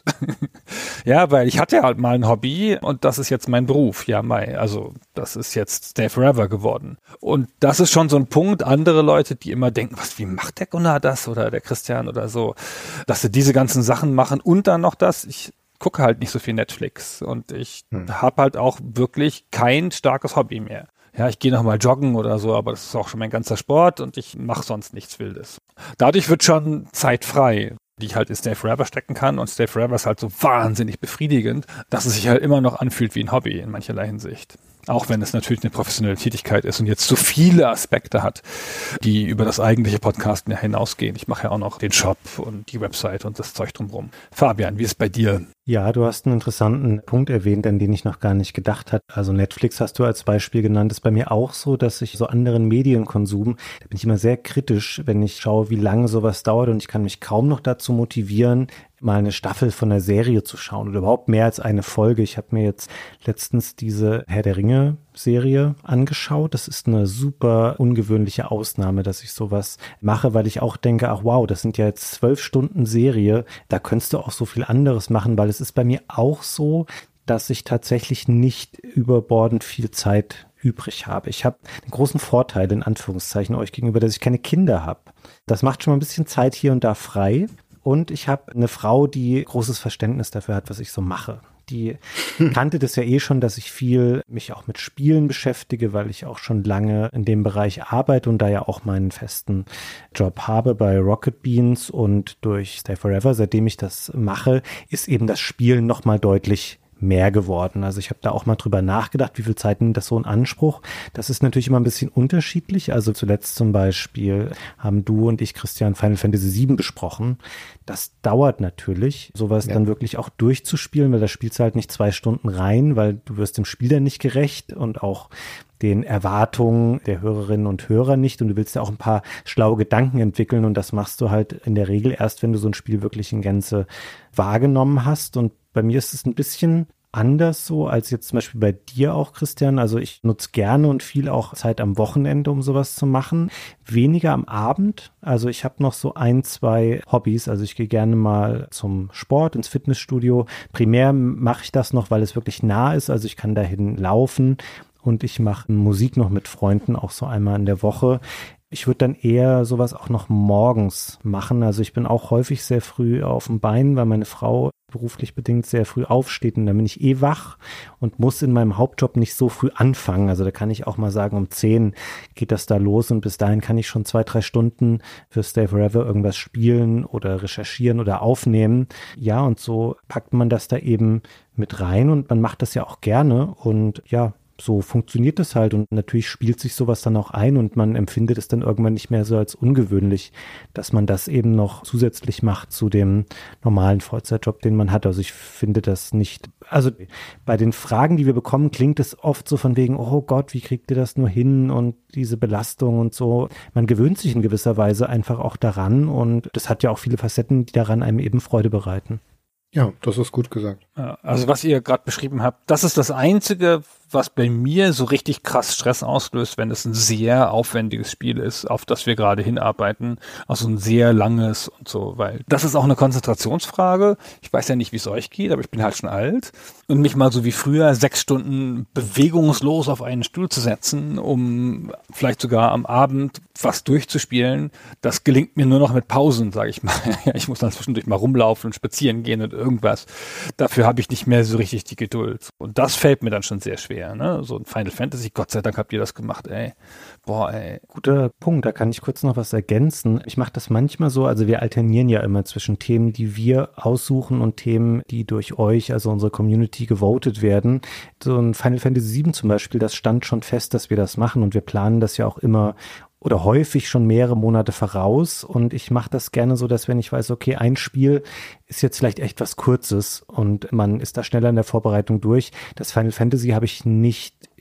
Speaker 5: Ja, weil ich hatte halt mal ein Hobby und das ist jetzt mein Beruf. Ja, mein, also das ist jetzt Stay Forever geworden. Und das ist schon so ein Punkt. Andere Leute, die immer denken, was, wie macht der Gunnar das oder der Christian oder so, dass sie diese ganzen Sachen machen und dann noch das. Ich gucke halt nicht so viel Netflix und ich hm. habe halt auch wirklich kein starkes Hobby mehr. Ja, ich gehe noch mal joggen oder so, aber das ist auch schon mein ganzer Sport und ich mache sonst nichts Wildes. Dadurch wird schon Zeit frei, die ich halt in Stay Forever stecken kann und Stay Forever ist halt so wahnsinnig befriedigend, dass es sich halt immer noch anfühlt wie ein Hobby in mancherlei Hinsicht. Auch wenn es natürlich eine professionelle Tätigkeit ist und jetzt so viele Aspekte hat, die über das eigentliche Podcasten ja hinausgehen. Ich mache ja auch noch den Shop und die Website und das Zeug drumherum. Fabian, wie ist es bei dir?
Speaker 3: Ja, du hast einen interessanten Punkt erwähnt, an den ich noch gar nicht gedacht habe. Also Netflix hast du als Beispiel genannt. Ist bei mir auch so, dass ich so anderen Medienkonsum, da bin ich immer sehr kritisch, wenn ich schaue, wie lange sowas dauert und ich kann mich kaum noch dazu motivieren, mal eine Staffel von einer Serie zu schauen oder überhaupt mehr als eine Folge. Ich habe mir jetzt letztens diese Herr der Ringe Serie angeschaut. Das ist eine super ungewöhnliche Ausnahme, dass ich sowas mache, weil ich auch denke, ach wow, das sind ja jetzt zwölf Stunden Serie, da könntest du auch so viel anderes machen, weil es ist bei mir auch so, dass ich tatsächlich nicht überbordend viel Zeit übrig habe. Ich habe einen großen Vorteil, in Anführungszeichen, euch gegenüber, dass ich keine Kinder habe. Das macht schon mal ein bisschen Zeit hier und da frei. Und ich habe eine Frau, die großes Verständnis dafür hat, was ich so mache. Die kannte das ja eh schon, dass ich viel mich auch mit Spielen beschäftige, weil ich auch schon lange in dem Bereich arbeite und da ja auch meinen festen Job habe bei Rocket Beans und durch Stay Forever, seitdem ich das mache, ist eben das Spielen nochmal deutlich mehr geworden. Also ich habe da auch mal drüber nachgedacht, wie viel Zeit nimmt das so in Anspruch. Das ist natürlich immer ein bisschen unterschiedlich. Also zuletzt zum Beispiel haben du und ich, Christian, Final Fantasy sieben besprochen. Das dauert natürlich, sowas ja. dann wirklich auch durchzuspielen, weil da spielst du halt nicht zwei Stunden rein, weil du wirst dem Spiel dann nicht gerecht und auch den Erwartungen der Hörerinnen und Hörer nicht und du willst ja auch ein paar schlaue Gedanken entwickeln und das machst du halt in der Regel erst, wenn du so ein Spiel wirklich in Gänze wahrgenommen hast. Und bei mir ist es ein bisschen anders so als jetzt zum Beispiel bei dir auch, Christian. Also ich nutze gerne und viel auch Zeit am Wochenende, um sowas zu machen. Weniger am Abend. Also ich habe noch so ein, zwei Hobbys. Also ich gehe gerne mal zum Sport, ins Fitnessstudio. Primär mache ich das noch, weil es wirklich nah ist. Also ich kann dahin laufen und ich mache Musik noch mit Freunden, auch so einmal in der Woche. Ich würde dann eher sowas auch noch morgens machen. Also ich bin auch häufig sehr früh auf dem Bein, weil meine Frau beruflich bedingt sehr früh aufsteht und dann bin ich eh wach und muss in meinem Hauptjob nicht so früh anfangen. Also da kann ich auch mal sagen, um zehn geht das da los und bis dahin kann ich schon zwei, drei Stunden für Stay Forever irgendwas spielen oder recherchieren oder aufnehmen. Ja, und so packt man das da eben mit rein und man macht das ja auch gerne und ja, so funktioniert das halt und natürlich spielt sich sowas dann auch ein und man empfindet es dann irgendwann nicht mehr so als ungewöhnlich, dass man das eben noch zusätzlich macht zu dem normalen Vollzeitjob, den man hat. Also ich finde das nicht, also bei den Fragen, die wir bekommen, klingt es oft so von wegen, oh Gott, wie kriegt ihr das nur hin und diese Belastung und so. Man gewöhnt sich in gewisser Weise einfach auch daran und das hat ja auch viele Facetten, die daran einem eben Freude bereiten.
Speaker 4: Ja, das ist gut gesagt.
Speaker 5: Also was ihr gerade beschrieben habt, das ist das Einzige, was bei mir so richtig krass Stress auslöst, wenn es ein sehr aufwendiges Spiel ist, auf das wir gerade hinarbeiten, also ein sehr langes und so, weil das ist auch eine Konzentrationsfrage. Ich weiß ja nicht, wie es euch geht, aber ich bin halt schon alt und mich mal so wie früher sechs Stunden bewegungslos auf einen Stuhl zu setzen, um vielleicht sogar am Abend was durchzuspielen, das gelingt mir nur noch mit Pausen, sage ich mal. Ich muss dann zwischendurch mal rumlaufen und spazieren gehen und irgendwas. Dafür habe ich nicht mehr so richtig die Geduld. Und das fällt mir dann schon sehr schwer. Ne? So ein Final Fantasy, Gott sei Dank habt ihr das gemacht, ey. Boah, ey.
Speaker 3: Guter Punkt, da kann ich kurz noch was ergänzen. Ich mache das manchmal so, also wir alternieren ja immer zwischen Themen, die wir aussuchen und Themen, die durch euch, also unsere Community, gewotet werden. So ein Final Fantasy sieben zum Beispiel, das stand schon fest, dass wir das machen und wir planen das ja auch immer oder häufig schon mehrere Monate voraus und ich mache das gerne so, dass wenn ich weiß, okay, ein Spiel ist jetzt vielleicht echt was Kurzes und man ist da schneller in der Vorbereitung durch. Das Final Fantasy habe ich nicht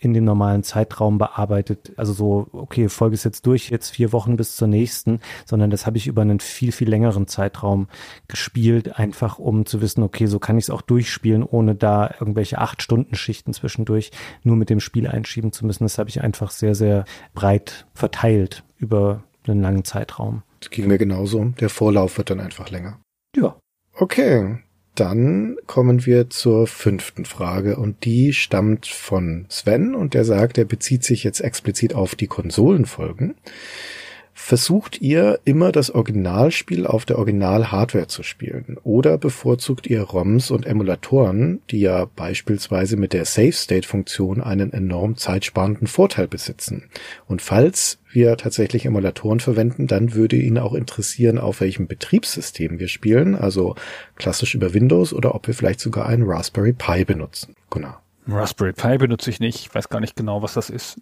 Speaker 3: in dem normalen Zeitraum bearbeitet. Also so, okay, Folge ist jetzt durch, jetzt vier Wochen bis zur nächsten, sondern das habe ich über einen viel, viel längeren Zeitraum gespielt, einfach um zu wissen, okay, so kann ich es auch durchspielen, ohne da irgendwelche Acht-Stunden-Schichten zwischendurch nur mit dem Spiel einschieben zu müssen. Das habe ich einfach sehr, sehr breit verteilt über einen langen Zeitraum.
Speaker 4: Das ging mir genauso. Der Vorlauf wird dann einfach länger.
Speaker 3: Ja.
Speaker 4: Okay, dann kommen wir zur fünften Frage und die stammt von Sven und der sagt, er bezieht sich jetzt explizit auf die Konsolenfolgen. Versucht ihr immer das Originalspiel auf der Original-Hardware zu spielen oder bevorzugt ihr ROMs und Emulatoren, die ja beispielsweise mit der Save-State-Funktion einen enorm zeitsparenden Vorteil besitzen? Und falls wir tatsächlich Emulatoren verwenden, dann würde ihn auch interessieren, auf welchem Betriebssystem wir spielen, also klassisch über Windows oder ob wir vielleicht sogar einen Raspberry Pi benutzen. Gunnar.
Speaker 5: Raspberry Pi benutze ich nicht. Ich weiß gar nicht genau, was das ist.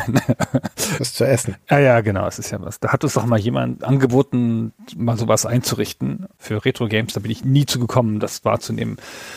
Speaker 4: Was zu essen.
Speaker 5: Ja, ja, genau. Es ist ja was. Da hat uns doch mal jemand angeboten, mal sowas einzurichten für Retro-Games. Da bin ich nie zu gekommen, das wahrzunehmen.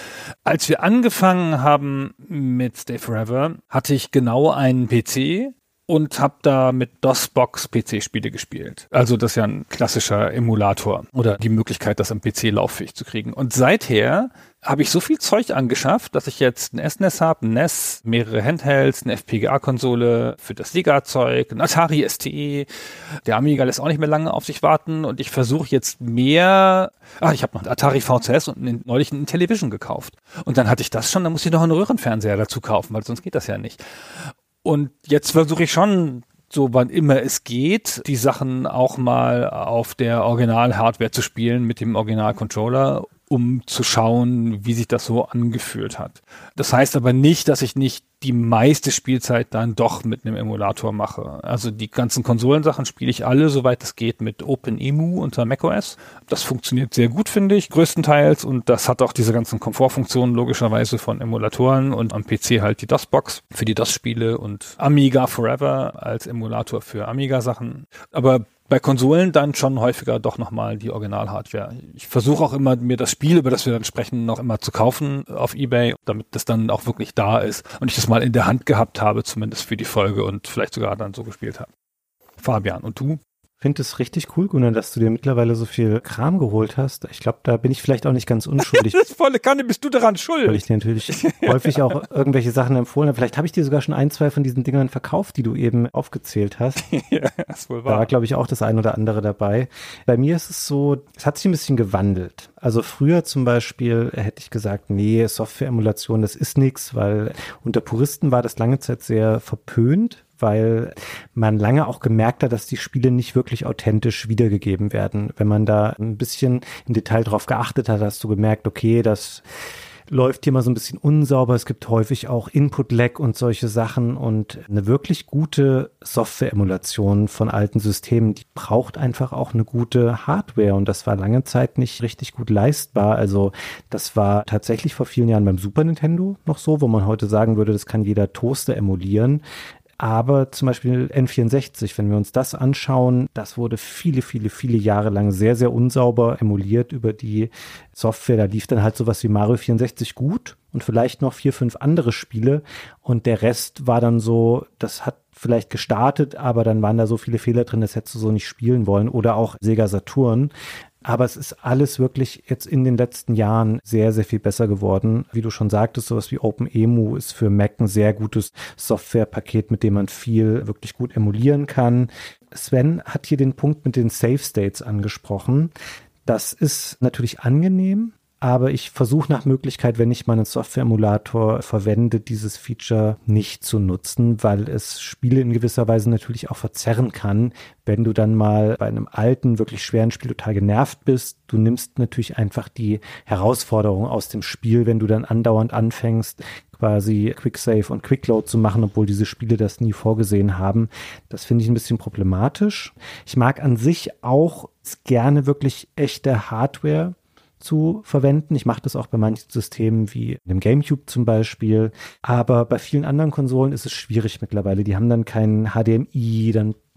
Speaker 5: Als wir angefangen haben mit Stay Forever, hatte ich genau einen P C und habe da mit DOSBox-P C-Spiele gespielt. Also das ist ja ein klassischer Emulator oder die Möglichkeit, das am P C lauffähig zu kriegen. Und seither habe ich so viel Zeug angeschafft, dass ich jetzt ein S N E S habe, ein N E S, mehrere Handhelds, eine F P G A-Konsole für das Sega-Zeug, ein Atari S T E. Der Amiga lässt auch nicht mehr lange auf sich warten und ich versuche jetzt mehr. Ach, ich habe noch ein Atari V C S und einen, neulich einen Intellivision gekauft. Und dann hatte ich das schon, dann muss ich noch einen Röhrenfernseher dazu kaufen, weil sonst geht das ja nicht. Und jetzt versuche ich schon, so wann immer es geht, die Sachen auch mal auf der Original-Hardware zu spielen mit dem Original-Controller, um zu schauen, wie sich das so angefühlt hat. Das heißt aber nicht, dass ich nicht die meiste Spielzeit dann doch mit einem Emulator mache. Also die ganzen Konsolensachen spiele ich alle, soweit es geht, mit OpenEMU unter macOS. Das funktioniert sehr gut, finde ich, größtenteils. Und das hat auch diese ganzen Komfortfunktionen logischerweise von Emulatoren und am P C halt die DOSBox für die DOS-Spiele und Amiga Forever als Emulator für Amiga-Sachen. Aber bei Konsolen dann schon häufiger doch nochmal die Original-Hardware. Ich versuche auch immer, mir das Spiel, über das wir dann sprechen, noch immer zu kaufen auf eBay, damit das dann auch wirklich da ist und ich das mal in der Hand gehabt habe, zumindest für die Folge und vielleicht sogar dann so gespielt habe. Fabian, und du?
Speaker 3: Ich finde es richtig cool, Gunnar, dass du dir mittlerweile so viel Kram geholt hast. Ich glaube, da bin ich vielleicht auch nicht ganz unschuldig.
Speaker 5: Das ist volle Kanne, bist du daran schuld.
Speaker 3: Weil ich dir natürlich häufig auch irgendwelche Sachen empfohlen habe. Vielleicht habe ich dir sogar schon ein, zwei von diesen Dingern verkauft, die du eben aufgezählt hast.
Speaker 5: Ja, das ist wohl wahr.
Speaker 3: Da war, glaube ich, auch das ein oder andere dabei. Bei mir ist es so, es hat sich ein bisschen gewandelt. Also früher zum Beispiel hätte ich gesagt, nee, Software-Emulation, das ist nichts, weil unter Puristen war das lange Zeit sehr verpönt, weil man lange auch gemerkt hat, dass die Spiele nicht wirklich authentisch wiedergegeben werden. Wenn man da ein bisschen im Detail drauf geachtet hat, hast du gemerkt, okay, das läuft hier mal so ein bisschen unsauber. Es gibt häufig auch Input-Lag und solche Sachen und eine wirklich gute Software-Emulation von alten Systemen, die braucht einfach auch eine gute Hardware und das war lange Zeit nicht richtig gut leistbar. Also das war tatsächlich vor vielen Jahren beim Super Nintendo noch so, wo man heute sagen würde, das kann jeder Toaster emulieren. Aber zum Beispiel N vierundsechzig, wenn wir uns das anschauen, das wurde viele, viele, viele Jahre lang sehr, sehr unsauber emuliert über die Software. Da lief dann halt sowas wie Mario vierundsechzig gut und vielleicht noch vier, fünf andere Spiele. Und der Rest war dann so, das hat vielleicht gestartet, aber dann waren da so viele Fehler drin, das hättest du so nicht spielen wollen. Oder auch Sega Saturn. Aber es ist alles wirklich jetzt in den letzten Jahren sehr, sehr viel besser geworden. Wie du schon sagtest, sowas wie OpenEMU ist für Mac ein sehr gutes Softwarepaket, mit dem man viel wirklich gut emulieren kann. Sven hat hier den Punkt mit den Save States angesprochen. Das ist natürlich angenehm, aber ich versuche nach Möglichkeit, wenn ich meinen Software-Emulator verwende, dieses Feature nicht zu nutzen, weil es Spiele in gewisser Weise natürlich auch verzerren kann, wenn du dann mal bei einem alten, wirklich schweren Spiel total genervt bist. Du nimmst natürlich einfach die Herausforderung aus dem Spiel, wenn du dann andauernd anfängst, quasi Quicksave und Quickload zu machen, obwohl diese Spiele das nie vorgesehen haben. Das finde ich ein bisschen problematisch. Ich mag an sich auch gerne wirklich echte Hardware zu verwenden. Ich mache das auch bei manchen Systemen wie dem GameCube zum Beispiel. Aber bei vielen anderen Konsolen ist es schwierig mittlerweile. Die haben dann kein H D M I, dann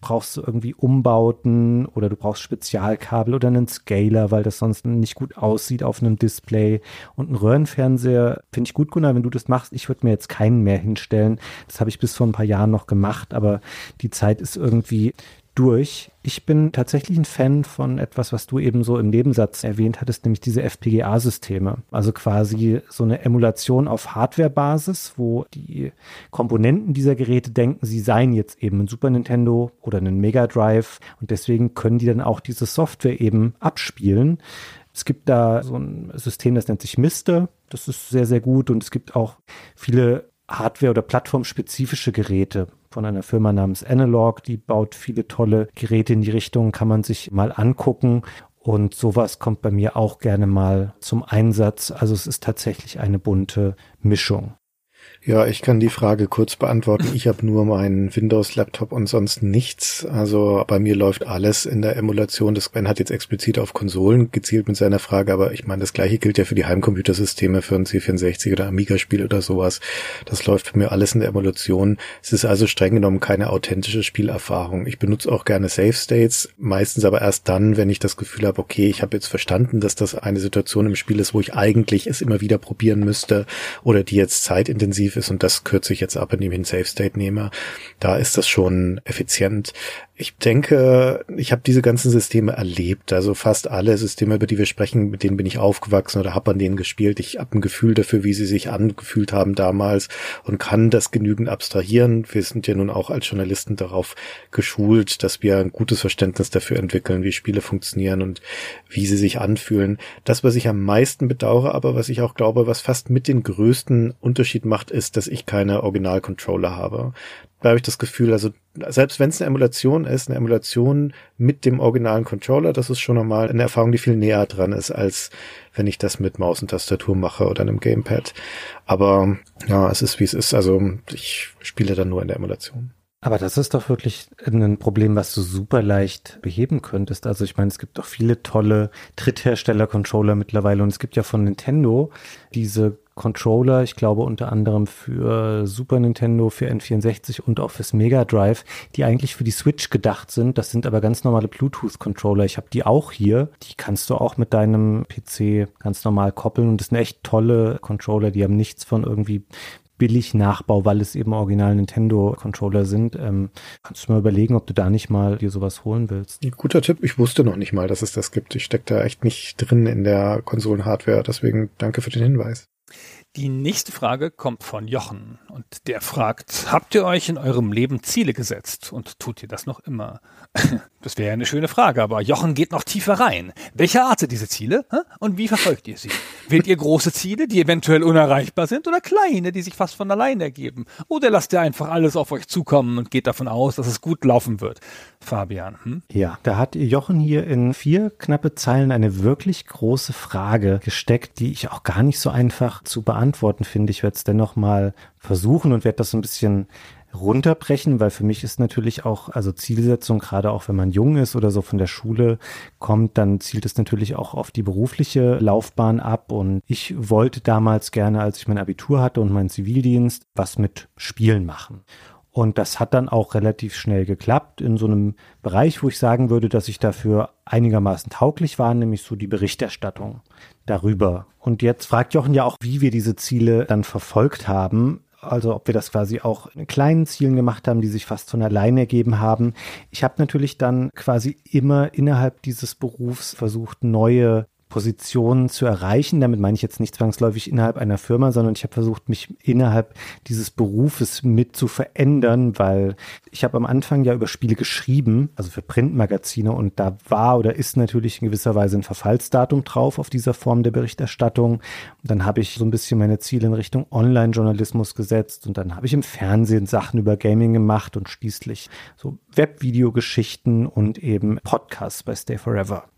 Speaker 3: brauchst du irgendwie Umbauten oder du brauchst Spezialkabel oder einen Scaler, weil das sonst nicht gut aussieht auf einem Display. Und ein Röhrenfernseher finde ich gut, Gunnar, wenn du das machst. Ich würde mir jetzt keinen mehr hinstellen. Das habe ich bis vor ein paar Jahren noch gemacht, aber die Zeit ist irgendwie durch. Ich bin tatsächlich ein Fan von etwas, was du eben so im Nebensatz erwähnt hattest, nämlich diese F P G A-Systeme. Also quasi so eine Emulation auf Hardware-Basis, wo die Komponenten dieser Geräte denken, sie seien jetzt eben ein Super Nintendo oder ein Mega Drive und deswegen können die dann auch diese Software eben abspielen. Es gibt da so ein System, das nennt sich Mister. Das ist sehr, sehr gut und es gibt auch viele Hardware- oder plattformspezifische Geräte von einer Firma namens Analog, die baut viele tolle Geräte in die Richtung, kann man sich mal angucken und sowas kommt bei mir auch gerne mal zum Einsatz. Also es ist tatsächlich eine bunte Mischung.
Speaker 4: Ja, ich kann die Frage kurz beantworten. Ich habe nur meinen Windows-Laptop und sonst nichts. Also bei mir läuft alles in der Emulation. Das Sven hat jetzt explizit auf Konsolen gezielt mit seiner Frage, aber ich meine, das Gleiche gilt ja für die Heimcomputersysteme, für ein C vierundsechzig oder Amiga-Spiel oder sowas. Das läuft bei mir alles in der Emulation. Es ist also streng genommen keine authentische Spielerfahrung. Ich benutze auch gerne Save-States, meistens aber erst dann, wenn ich das Gefühl habe, okay, ich habe jetzt verstanden, dass das eine Situation im Spiel ist, wo ich eigentlich es immer wieder probieren müsste oder die jetzt zeitintensiv ist und das kürze ich jetzt ab, indem ich einen Safe State nehme. Da ist das schon effizient. Ich denke, ich habe diese ganzen Systeme erlebt, also fast alle Systeme, über die wir sprechen, mit denen bin ich aufgewachsen oder habe an denen gespielt. Ich habe ein Gefühl dafür, wie sie sich angefühlt haben damals und kann das genügend abstrahieren. Wir sind ja nun auch als Journalisten darauf geschult, dass wir ein gutes Verständnis dafür entwickeln, wie Spiele funktionieren und wie sie sich anfühlen. Das, was ich am meisten bedauere, aber was ich auch glaube, was fast mit den größten Unterschied macht, ist, dass ich keine Original-Controller habe. Da habe ich das Gefühl, also selbst wenn es eine Emulation ist, eine Emulation mit dem originalen Controller, das ist schon nochmal eine Erfahrung, die viel näher dran ist, als wenn ich das mit Maus und Tastatur mache oder einem Gamepad. Aber ja, es ist, wie es ist. Also ich spiele dann nur in der Emulation.
Speaker 3: Aber das ist doch wirklich ein Problem, was du super leicht beheben könntest. Also ich meine, es gibt doch viele tolle Dritthersteller-Controller mittlerweile und es gibt ja von Nintendo diese Controller, ich glaube unter anderem für Super Nintendo, für N vierundsechzig und auch fürs Mega Drive, die eigentlich für die Switch gedacht sind. Das sind aber ganz normale Bluetooth-Controller. Ich habe die auch hier. Die kannst du auch mit deinem P C ganz normal koppeln und das sind echt tolle Controller. Die haben nichts von irgendwie billig Nachbau, weil es eben original Nintendo-Controller sind. Ähm, kannst du mal überlegen, ob du da nicht mal dir sowas holen willst?
Speaker 4: Guter Tipp. Ich wusste noch nicht mal, dass es das gibt. Ich stecke da echt nicht drin in der Konsolen-Hardware. Deswegen danke für den Hinweis.
Speaker 5: Die nächste Frage kommt von Jochen und der fragt, habt ihr euch in eurem Leben Ziele gesetzt und tut ihr das noch immer? Das wäre ja eine schöne Frage, aber Jochen geht noch tiefer rein. Welche Art sind diese Ziele und wie verfolgt ihr sie? Wählt ihr große Ziele, die eventuell unerreichbar sind oder kleine, die sich fast von allein ergeben? Oder lasst ihr einfach alles auf euch zukommen und geht davon aus, dass es gut laufen wird? Fabian, hm?
Speaker 3: Ja, da hat Jochen hier in vier knappe Zeilen eine wirklich große Frage gesteckt, die ich auch gar nicht so einfach zu beantworten finde. Ich werde es dennoch mal versuchen und werde das so ein bisschen runterbrechen, weil für mich ist natürlich auch, also Zielsetzung, gerade auch wenn man jung ist oder so von der Schule kommt, dann zielt es natürlich auch auf die berufliche Laufbahn ab und ich wollte damals gerne, als ich mein Abitur hatte und meinen Zivildienst, was mit Spielen machen. Und das hat dann auch relativ schnell geklappt in so einem Bereich, wo ich sagen würde, dass ich dafür einigermaßen tauglich war, nämlich so die Berichterstattung darüber. Und jetzt fragt Jochen ja auch, wie wir diese Ziele dann verfolgt haben. Also ob wir das quasi auch in kleinen Zielen gemacht haben, die sich fast von alleine ergeben haben. Ich habe natürlich dann quasi immer innerhalb dieses Berufs versucht, neue Positionen zu erreichen. Damit meine ich jetzt nicht zwangsläufig innerhalb einer Firma, sondern ich habe versucht, mich innerhalb dieses Berufes mit zu verändern, weil ich habe am Anfang ja über Spiele geschrieben, also für Printmagazine, und da war oder ist natürlich in gewisser Weise ein Verfallsdatum drauf auf dieser Form der Berichterstattung. Und dann habe ich so ein bisschen meine Ziele in Richtung Online-Journalismus gesetzt und dann habe ich im Fernsehen Sachen über Gaming gemacht und schließlich so Webvideogeschichten und eben Podcasts bei Stay Forever.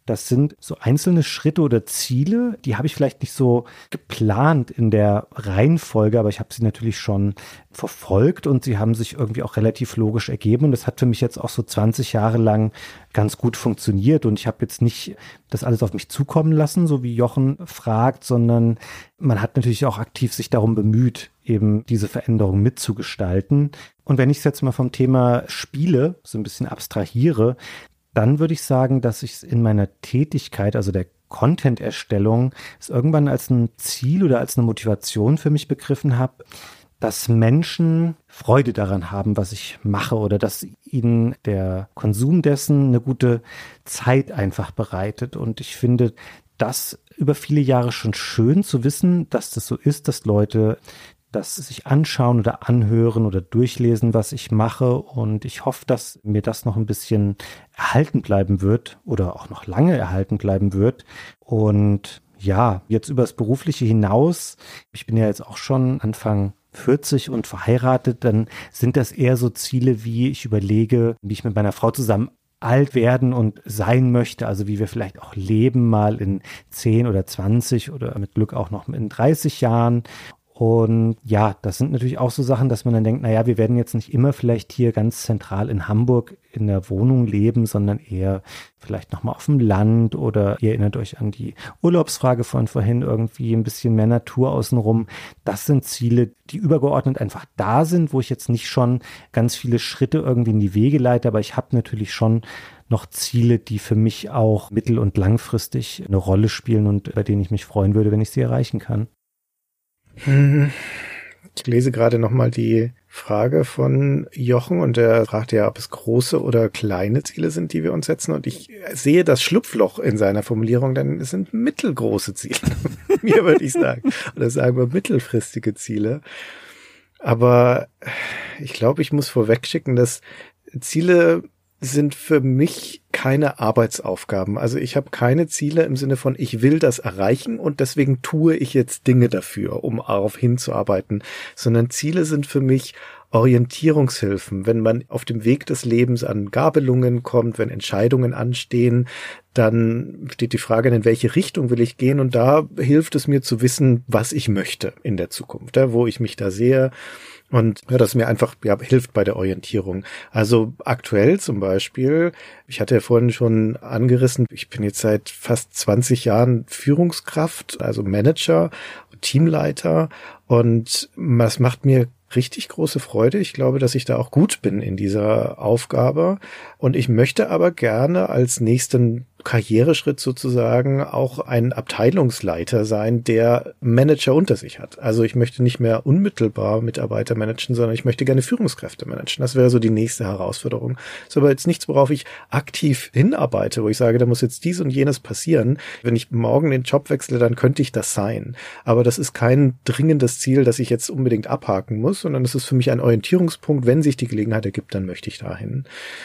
Speaker 3: das sind so einzelne Schritte oder Ziele, die habe ich vielleicht nicht so geplant in der Reihenfolge, aber ich habe sie natürlich schon verfolgt und sie haben sich irgendwie auch relativ logisch ergeben und das hat für mich jetzt auch so zwanzig Jahre lang ganz gut funktioniert und ich habe jetzt nicht das alles auf mich zukommen lassen, so wie Jochen fragt, sondern man hat natürlich auch aktiv sich darum bemüht, eben diese Veränderung mitzugestalten. Und wenn ich es jetzt mal vom Thema Spiele so ein bisschen abstrahiere, dann würde ich sagen, dass ich es in meiner Tätigkeit, also der Content-Erstellung, es irgendwann als ein Ziel oder als eine Motivation für mich begriffen habe, dass Menschen Freude daran haben, was ich mache oder dass ihnen der Konsum dessen eine gute Zeit einfach bereitet. Und ich finde das über viele Jahre schon schön zu wissen, dass das so ist, dass Leute das sich anschauen oder anhören oder durchlesen, was ich mache. Und ich hoffe, dass mir das noch ein bisschen erhalten bleiben wird oder auch noch lange erhalten bleiben wird. Und ja, jetzt übers Berufliche hinaus, ich bin ja jetzt auch schon Anfang vierzig und verheiratet, dann sind das eher so Ziele, wie ich überlege, wie ich mit meiner Frau zusammen alt werden und sein möchte, also wie wir vielleicht auch leben mal in zehn oder zwanzig oder mit Glück auch noch in dreißig Jahren. Und ja, das sind natürlich auch so Sachen, dass man dann denkt, naja, wir werden jetzt nicht immer vielleicht hier ganz zentral in Hamburg in der Wohnung leben, sondern eher vielleicht nochmal auf dem Land oder ihr erinnert euch an die Urlaubsfrage von vorhin, irgendwie ein bisschen mehr Natur außenrum. Das sind Ziele, die übergeordnet einfach da sind, wo ich jetzt nicht schon ganz viele Schritte irgendwie in die Wege leite, aber ich habe natürlich schon noch Ziele, die für mich auch mittel- und langfristig eine Rolle spielen und bei denen ich mich freuen würde, wenn ich sie erreichen kann.
Speaker 4: Ich lese gerade nochmal die Frage von Jochen und der fragt ja, ob es große oder kleine Ziele sind, die wir uns setzen. Und ich sehe das Schlupfloch in seiner Formulierung, denn es sind mittelgroße Ziele. Mir würde ich sagen. Oder sagen wir mittelfristige Ziele. Aber ich glaube, ich muss vorwegschicken, dass Ziele sind für mich keine Arbeitsaufgaben. Also ich habe keine Ziele im Sinne von, ich will das erreichen und deswegen tue ich jetzt Dinge dafür, um darauf hinzuarbeiten, sondern Ziele sind für mich Orientierungshilfen. Wenn man auf dem Weg des Lebens an Gabelungen kommt, wenn Entscheidungen anstehen, dann steht die Frage, in welche Richtung will ich gehen, und da hilft es mir zu wissen, was ich möchte in der Zukunft, ja, wo ich mich da sehe. Und ja, das mir einfach ja, hilft bei der Orientierung. Also aktuell zum Beispiel, ich hatte ja vorhin schon angerissen, ich bin jetzt seit fast zwanzig Jahren Führungskraft, also Manager, Teamleiter, und das macht mir richtig große Freude. Ich glaube, dass ich da auch gut bin in dieser Aufgabe. Und ich möchte aber gerne als nächsten Karriereschritt sozusagen auch ein Abteilungsleiter sein, der Manager unter sich hat. Also ich möchte nicht mehr unmittelbar Mitarbeiter managen, sondern ich möchte gerne Führungskräfte managen. Das wäre so die nächste Herausforderung. Das ist aber jetzt nichts, worauf ich aktiv hinarbeite, wo ich sage, da muss jetzt dies und jenes passieren. Wenn ich morgen den Job wechsle, dann könnte ich das sein. Aber das ist kein dringendes Ziel, das ich jetzt unbedingt abhaken muss, sondern es ist für mich ein Orientierungspunkt. Wenn sich die Gelegenheit ergibt, dann möchte ich dahin.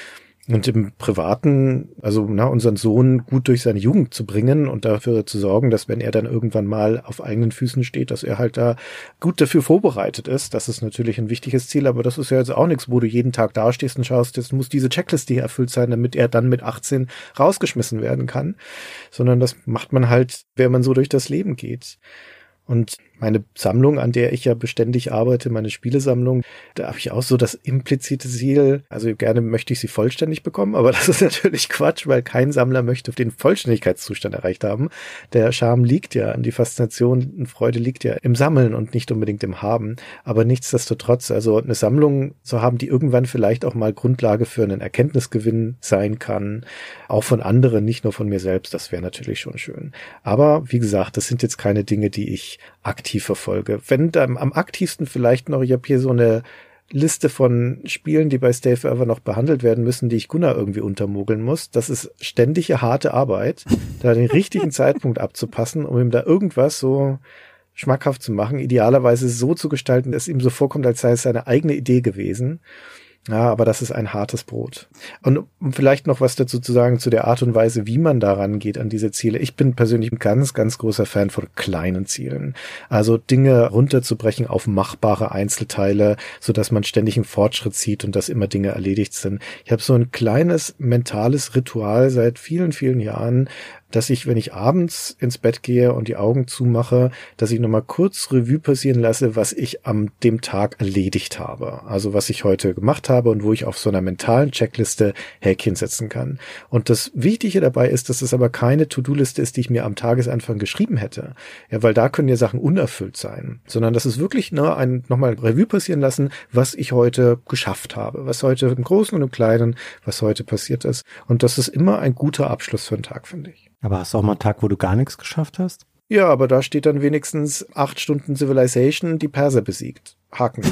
Speaker 4: Und im Privaten, also na, unseren Sohn gut durch seine Jugend zu bringen und dafür zu sorgen, dass wenn er dann irgendwann mal auf eigenen Füßen steht, dass er halt da gut dafür vorbereitet ist. Das ist natürlich ein wichtiges Ziel, aber das ist ja jetzt auch nichts, wo du jeden Tag dastehst und schaust, jetzt muss diese Checkliste hier erfüllt sein, damit er dann mit achtzehn rausgeschmissen werden kann. Sondern das macht man halt, wenn man so durch das Leben geht. Und meine Sammlung, an der ich ja beständig arbeite, meine Spielesammlung, da habe ich auch so das implizite Ziel, also gerne möchte ich sie vollständig bekommen, aber das ist natürlich Quatsch, weil kein Sammler möchte den Vollständigkeitszustand erreicht haben. Der Charme liegt ja, die Faszination und Freude liegt ja im Sammeln und nicht unbedingt im Haben. Aber nichtsdestotrotz, also eine Sammlung zu haben, die irgendwann vielleicht auch mal Grundlage für einen Erkenntnisgewinn sein kann, auch von anderen, nicht nur von mir selbst, das wäre natürlich schon schön. Aber wie gesagt, das sind jetzt keine Dinge, die ich aktiv verfolge. Wenn dann am aktivsten vielleicht noch, ich habe hier so eine Liste von Spielen, die bei Stay Forever noch behandelt werden müssen, die ich Gunnar irgendwie untermogeln muss. Das ist ständige harte Arbeit, da den richtigen Zeitpunkt abzupassen, um ihm da irgendwas so schmackhaft zu machen, idealerweise so zu gestalten, dass ihm so vorkommt, als sei es seine eigene Idee gewesen. Ja, aber das ist ein hartes Brot. Und um vielleicht noch was dazu zu sagen, zu der Art und Weise, wie man da rangeht an diese Ziele. Ich bin persönlich ein ganz, ganz großer Fan von kleinen Zielen. Also Dinge runterzubrechen auf machbare Einzelteile, sodass man ständig einen Fortschritt sieht und dass immer Dinge erledigt sind. Ich habe so ein kleines mentales Ritual seit vielen, vielen Jahren, dass ich, wenn ich abends ins Bett gehe und die Augen zumache, dass ich nochmal kurz Revue passieren lasse, was ich am dem Tag erledigt habe. Also was ich heute gemacht habe und wo ich auf so einer mentalen Checkliste Häkchen setzen kann. Und das Wichtige dabei ist, dass es aber keine To-Do-Liste ist, die ich mir am Tagesanfang geschrieben hätte. Ja, weil da können ja Sachen unerfüllt sein. Sondern das ist wirklich ne, ein nochmal Revue passieren lassen, was ich heute geschafft habe. Was heute im Großen und im Kleinen, was heute passiert ist. Und das ist immer ein guter Abschluss für einen Tag, finde ich.
Speaker 3: Aber hast du auch mal einen Tag, wo du gar nichts geschafft hast?
Speaker 4: Ja, aber da steht dann wenigstens acht Stunden Civilization, die Perser besiegt. Haken.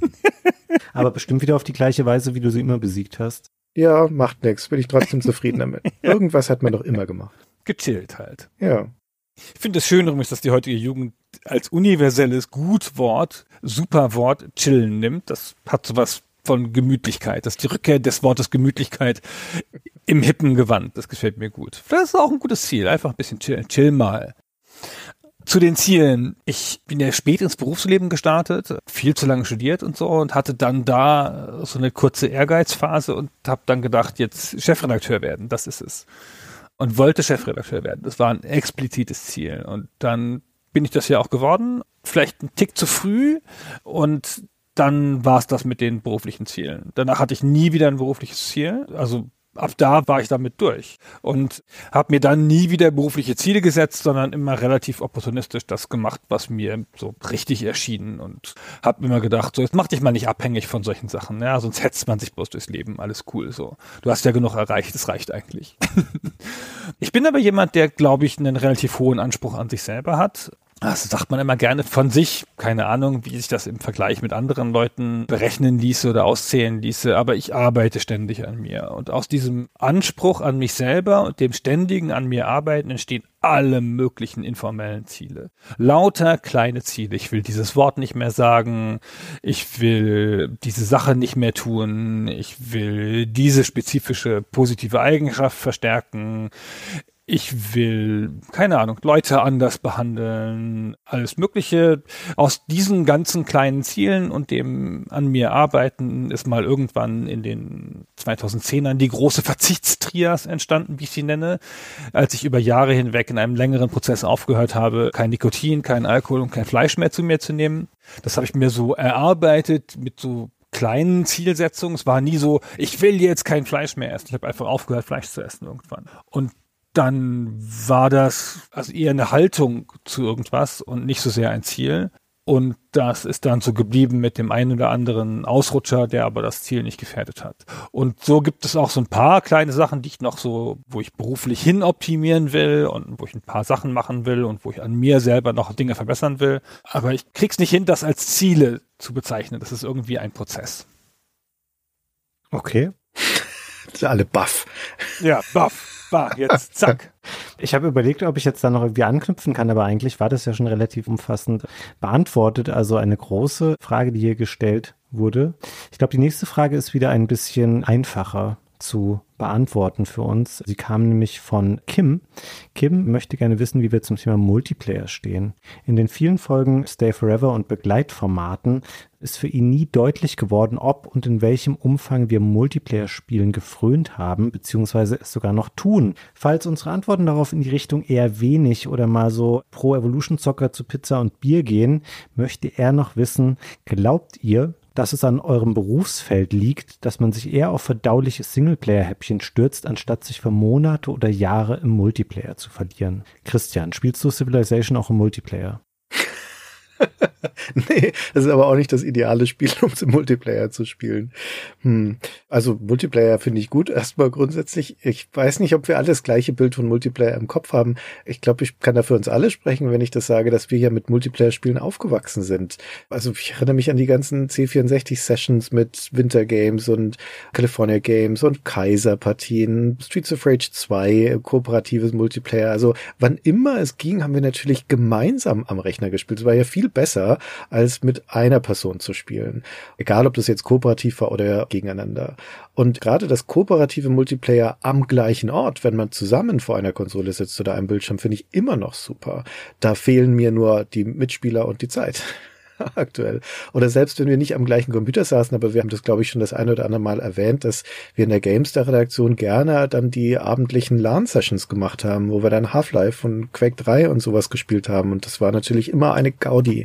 Speaker 3: Aber bestimmt wieder auf die gleiche Weise, wie du sie immer besiegt hast.
Speaker 4: Ja, macht nix. Bin ich trotzdem zufrieden damit. Irgendwas hat man doch immer gemacht.
Speaker 5: Gechillt halt.
Speaker 4: Ja.
Speaker 5: Ich finde es schön übrigens, dass die heutige Jugend als universelles Gutwort, Superwort chillen nimmt. Das hat sowas von Gemütlichkeit. Das ist die Rückkehr des Wortes Gemütlichkeit im hippen Gewand. Das gefällt mir gut. Das ist auch ein gutes Ziel. Einfach ein bisschen chillen. Chill mal. Zu den Zielen. Ich bin ja spät ins Berufsleben gestartet, viel zu lange studiert und so und hatte dann da so eine kurze Ehrgeizphase und habe dann gedacht, jetzt Chefredakteur werden. Das ist es. Und wollte Chefredakteur werden. Das war ein explizites Ziel. Und dann bin ich das ja auch geworden. Vielleicht ein Tick zu früh und dann war es das mit den beruflichen Zielen. Danach hatte ich nie wieder ein berufliches Ziel. Also ab da war ich damit durch und habe mir dann nie wieder berufliche Ziele gesetzt, sondern immer relativ opportunistisch das gemacht, was mir so richtig erschien und habe immer gedacht, so jetzt mach dich mal nicht abhängig von solchen Sachen, ja, sonst hetzt man sich bloß durchs Leben, alles cool, so. Du hast ja genug erreicht, das reicht eigentlich. Ich bin aber jemand, der, glaube ich, einen relativ hohen Anspruch an sich selber hat. Das sagt man immer gerne von sich. Keine Ahnung, wie sich das im Vergleich mit anderen Leuten berechnen ließe oder auszählen ließe. Aber ich arbeite ständig an mir. Und aus diesem Anspruch an mich selber und dem ständigen an mir arbeiten entstehen alle möglichen informellen Ziele. Lauter kleine Ziele. Ich will dieses Wort nicht mehr sagen. Ich will diese Sache nicht mehr tun. Ich will diese spezifische positive Eigenschaft verstärken. Ich will, keine Ahnung, Leute anders behandeln, alles Mögliche. Aus diesen ganzen kleinen Zielen und dem an mir arbeiten ist mal irgendwann in den zweitausendzehnern die große Verzichtstrias entstanden, wie ich sie nenne, als ich über Jahre hinweg in einem längeren Prozess aufgehört habe, kein Nikotin, kein Alkohol und kein Fleisch mehr zu mir zu nehmen. Das habe ich mir so erarbeitet mit so kleinen Zielsetzungen. Es war nie so, ich will jetzt kein Fleisch mehr essen. Ich habe einfach aufgehört, Fleisch zu essen irgendwann. Und dann war das also eher eine Haltung zu irgendwas und nicht so sehr ein Ziel. Und das ist dann so geblieben mit dem einen oder anderen Ausrutscher, der aber das Ziel nicht gefährdet hat. Und so gibt es auch so ein paar kleine Sachen, die ich noch so, wo ich beruflich hin optimieren will und wo ich ein paar Sachen machen will und wo ich an mir selber noch Dinge verbessern will. Aber ich krieg's nicht hin, das als Ziele zu bezeichnen. Das ist irgendwie ein Prozess.
Speaker 3: Okay.
Speaker 4: Sind alle baff.
Speaker 5: Ja, baff. War jetzt, zack.
Speaker 3: Ich habe überlegt, ob ich jetzt da noch irgendwie anknüpfen kann, aber eigentlich war das ja schon relativ umfassend beantwortet. Also eine große Frage, die hier gestellt wurde. Ich glaube, die nächste Frage ist wieder ein bisschen einfacher zu beantworten für uns. Sie kam nämlich von Kim. Kim möchte gerne wissen, wie wir zum Thema Multiplayer stehen. In den vielen Folgen Stay Forever und Begleitformaten ist für ihn nie deutlich geworden, ob und in welchem Umfang wir Multiplayer-Spielen gefrönt haben, beziehungsweise es sogar noch tun. Falls unsere Antworten darauf in die Richtung eher wenig oder mal so Pro Evolution Soccer zu Pizza und Bier gehen, möchte er noch wissen, glaubt ihr, dass es an eurem Berufsfeld liegt, dass man sich eher auf verdauliche Singleplayer-Häppchen stürzt, anstatt sich für Monate oder Jahre im Multiplayer zu verlieren? Christian, spielst du Civilization auch im Multiplayer?
Speaker 4: Nee, das ist aber auch nicht das ideale Spiel, um im Multiplayer zu spielen. Hm. Also Multiplayer finde ich gut, erstmal grundsätzlich. Ich weiß nicht, ob wir alle das gleiche Bild von Multiplayer im Kopf haben. Ich glaube, ich kann da für uns alle sprechen, wenn ich das sage, dass wir ja mit Multiplayer-Spielen aufgewachsen sind. Also ich erinnere mich an die ganzen C vierundsechzig-Sessions mit Winter Games und California Games und Kaiser-Partien, Streets of Rage zwei, kooperatives Multiplayer. Also wann immer es ging, haben wir natürlich gemeinsam am Rechner gespielt. Es war ja viel besser, besser, als mit einer Person zu spielen. Egal, ob das jetzt kooperativ war oder gegeneinander. Und gerade das kooperative Multiplayer am gleichen Ort, wenn man zusammen vor einer Konsole sitzt oder einem Bildschirm, finde ich immer noch super. Da fehlen mir nur die Mitspieler und die Zeit. Aktuell. Oder selbst wenn wir nicht am gleichen Computer saßen, aber wir haben das, glaube ich, schon das eine oder andere Mal erwähnt, dass wir in der GameStar-Redaktion gerne dann die abendlichen LAN-Sessions gemacht haben, wo wir dann Half-Life und Quake drei und sowas gespielt haben. Und das war natürlich immer eine Gaudi.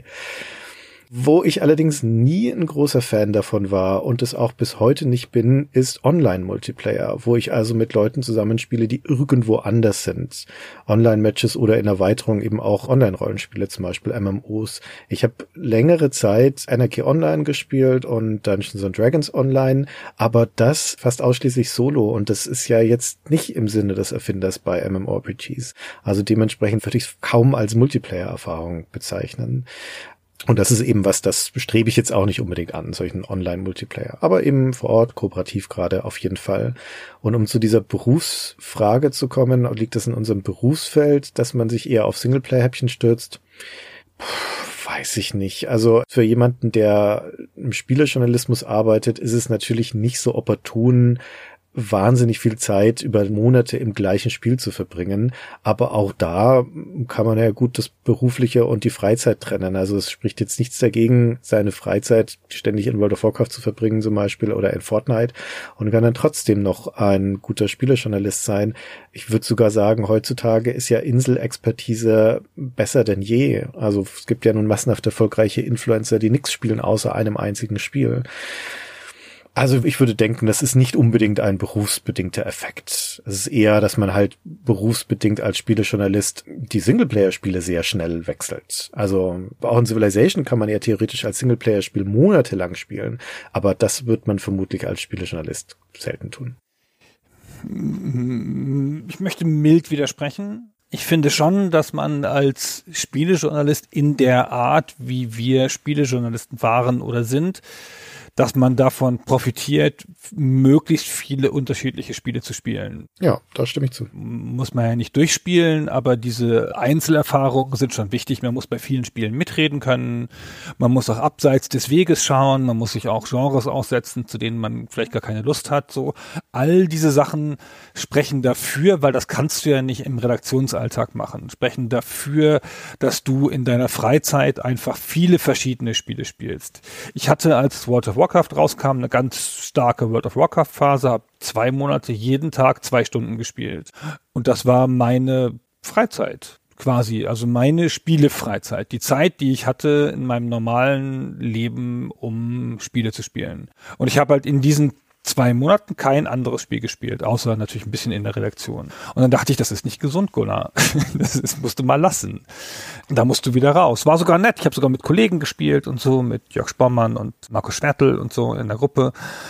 Speaker 4: Wo ich allerdings nie ein großer Fan davon war und es auch bis heute nicht bin, ist Online-Multiplayer, wo ich also mit Leuten zusammenspiele, die irgendwo anders sind. Online-Matches oder in Erweiterung eben auch Online-Rollenspiele, zum Beispiel M M Os. Ich habe längere Zeit Anarchy Online gespielt und Dungeons and Dragons Online, aber das fast ausschließlich solo und das ist ja jetzt nicht im Sinne des Erfinders bei MMORPGs. Also dementsprechend würde ich es kaum als Multiplayer-Erfahrung bezeichnen. Und das ist eben was, das strebe ich jetzt auch nicht unbedingt an, solchen Online-Multiplayer. Aber eben vor Ort, kooperativ gerade, auf jeden Fall. Und um zu dieser Berufsfrage zu kommen, liegt das in unserem Berufsfeld, dass man sich eher auf Singleplayer-Häppchen stürzt? Puh, weiß ich nicht. Also für jemanden, der im Spielejournalismus arbeitet, ist es natürlich nicht so opportun, wahnsinnig viel Zeit über Monate im gleichen Spiel zu verbringen. Aber auch da kann man ja gut das Berufliche und die Freizeit trennen. Also es spricht jetzt nichts dagegen, seine Freizeit ständig in World of Warcraft zu verbringen zum Beispiel oder in Fortnite und kann dann trotzdem noch ein guter Spielejournalist sein. Ich würde sogar sagen, heutzutage ist ja Inselexpertise besser denn je. Also es gibt ja nun massenhaft erfolgreiche Influencer, die nichts spielen außer einem einzigen Spiel. Also ich würde denken, das ist nicht unbedingt ein berufsbedingter Effekt. Es ist eher, dass man halt berufsbedingt als Spielejournalist die Singleplayer-Spiele sehr schnell wechselt. Also auch in Civilization kann man ja theoretisch als Singleplayer-Spiel monatelang spielen, aber das wird man vermutlich als Spielejournalist selten tun.
Speaker 5: Ich möchte mild widersprechen. Ich finde schon, dass man als Spielejournalist in der Art, wie wir Spielejournalisten waren oder sind, dass man davon profitiert, möglichst viele unterschiedliche Spiele zu spielen.
Speaker 4: Ja, da stimme ich zu.
Speaker 5: Muss man ja nicht durchspielen, aber diese Einzelerfahrungen sind schon wichtig. Man muss bei vielen Spielen mitreden können. Man muss auch abseits des Weges schauen. Man muss sich auch Genres aussetzen, zu denen man vielleicht gar keine Lust hat. So, all diese Sachen sprechen dafür, weil das kannst du ja nicht im Redaktionsalltag machen, sprechen dafür, dass du in deiner Freizeit einfach viele verschiedene Spiele spielst. Ich hatte, als World of Warcraft rauskam, eine ganz starke World of Warcraft-Phase, habe zwei Monate jeden Tag zwei Stunden gespielt. Und das war meine Freizeit quasi, also meine Spielefreizeit. Die Zeit, die ich hatte in meinem normalen Leben, um Spiele zu spielen. Und ich habe halt in diesen zwei Monaten kein anderes Spiel gespielt, außer natürlich ein bisschen in der Redaktion. Und dann dachte ich, das ist nicht gesund, Gunnar. Das ist, musst du mal lassen. Da musst du wieder raus. War sogar nett. Ich habe sogar mit Kollegen gespielt und so, mit Jörg Spormann und Markus Schwertl und so in der Gruppe.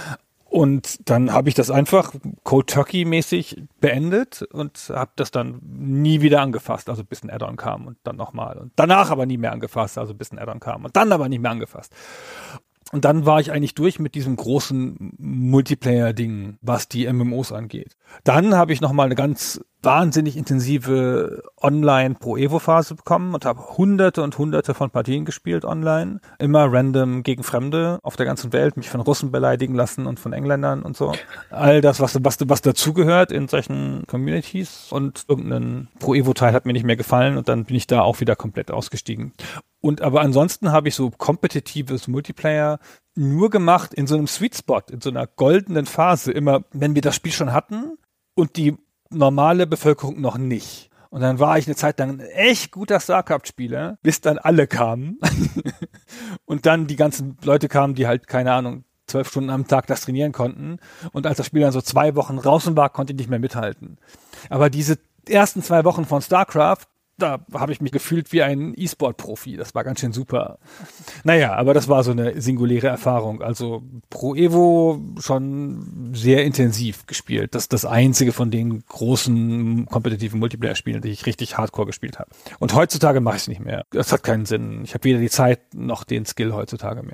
Speaker 5: Und dann habe ich das einfach Cold Turkey-mäßig beendet und habe das dann nie wieder angefasst, also bis ein Add-on kam und dann nochmal. Und danach aber nie mehr angefasst, also bis ein Add-on kam und dann aber nicht mehr angefasst. Und dann war ich eigentlich durch mit diesem großen Multiplayer-Ding, was die M M Os angeht. Dann habe ich nochmal eine ganz wahnsinnig intensive Online-Pro-Evo-Phase bekommen und habe hunderte und hunderte von Partien gespielt online. Immer random gegen Fremde auf der ganzen Welt, mich von Russen beleidigen lassen und von Engländern und so. All das, was, was, was dazugehört in solchen Communities. Und irgendein Pro-Evo-Teil hat mir nicht mehr gefallen und dann bin ich da auch wieder komplett ausgestiegen. Und aber ansonsten habe ich so kompetitives Multiplayer nur gemacht in so einem Sweet Spot, in so einer goldenen Phase. Immer, wenn wir das Spiel schon hatten und die normale Bevölkerung noch nicht. Und dann war ich eine Zeit lang ein echt guter StarCraft-Spieler, bis dann alle kamen. Und dann die ganzen Leute kamen, die halt, keine Ahnung, zwölf Stunden am Tag das trainieren konnten. Und als das Spiel dann so zwei Wochen draußen war, konnte ich nicht mehr mithalten. Aber diese ersten zwei Wochen von StarCraft, da habe ich mich gefühlt wie ein E-Sport-Profi. Das war ganz schön super. Naja, aber das war so eine singuläre Erfahrung. Also Pro Evo schon sehr intensiv gespielt. Das ist das einzige von den großen kompetitiven Multiplayer-Spielen, die ich richtig hardcore gespielt habe. Und heutzutage mache ich es nicht mehr. Das hat keinen Sinn. Ich habe weder die Zeit noch den Skill heutzutage mehr.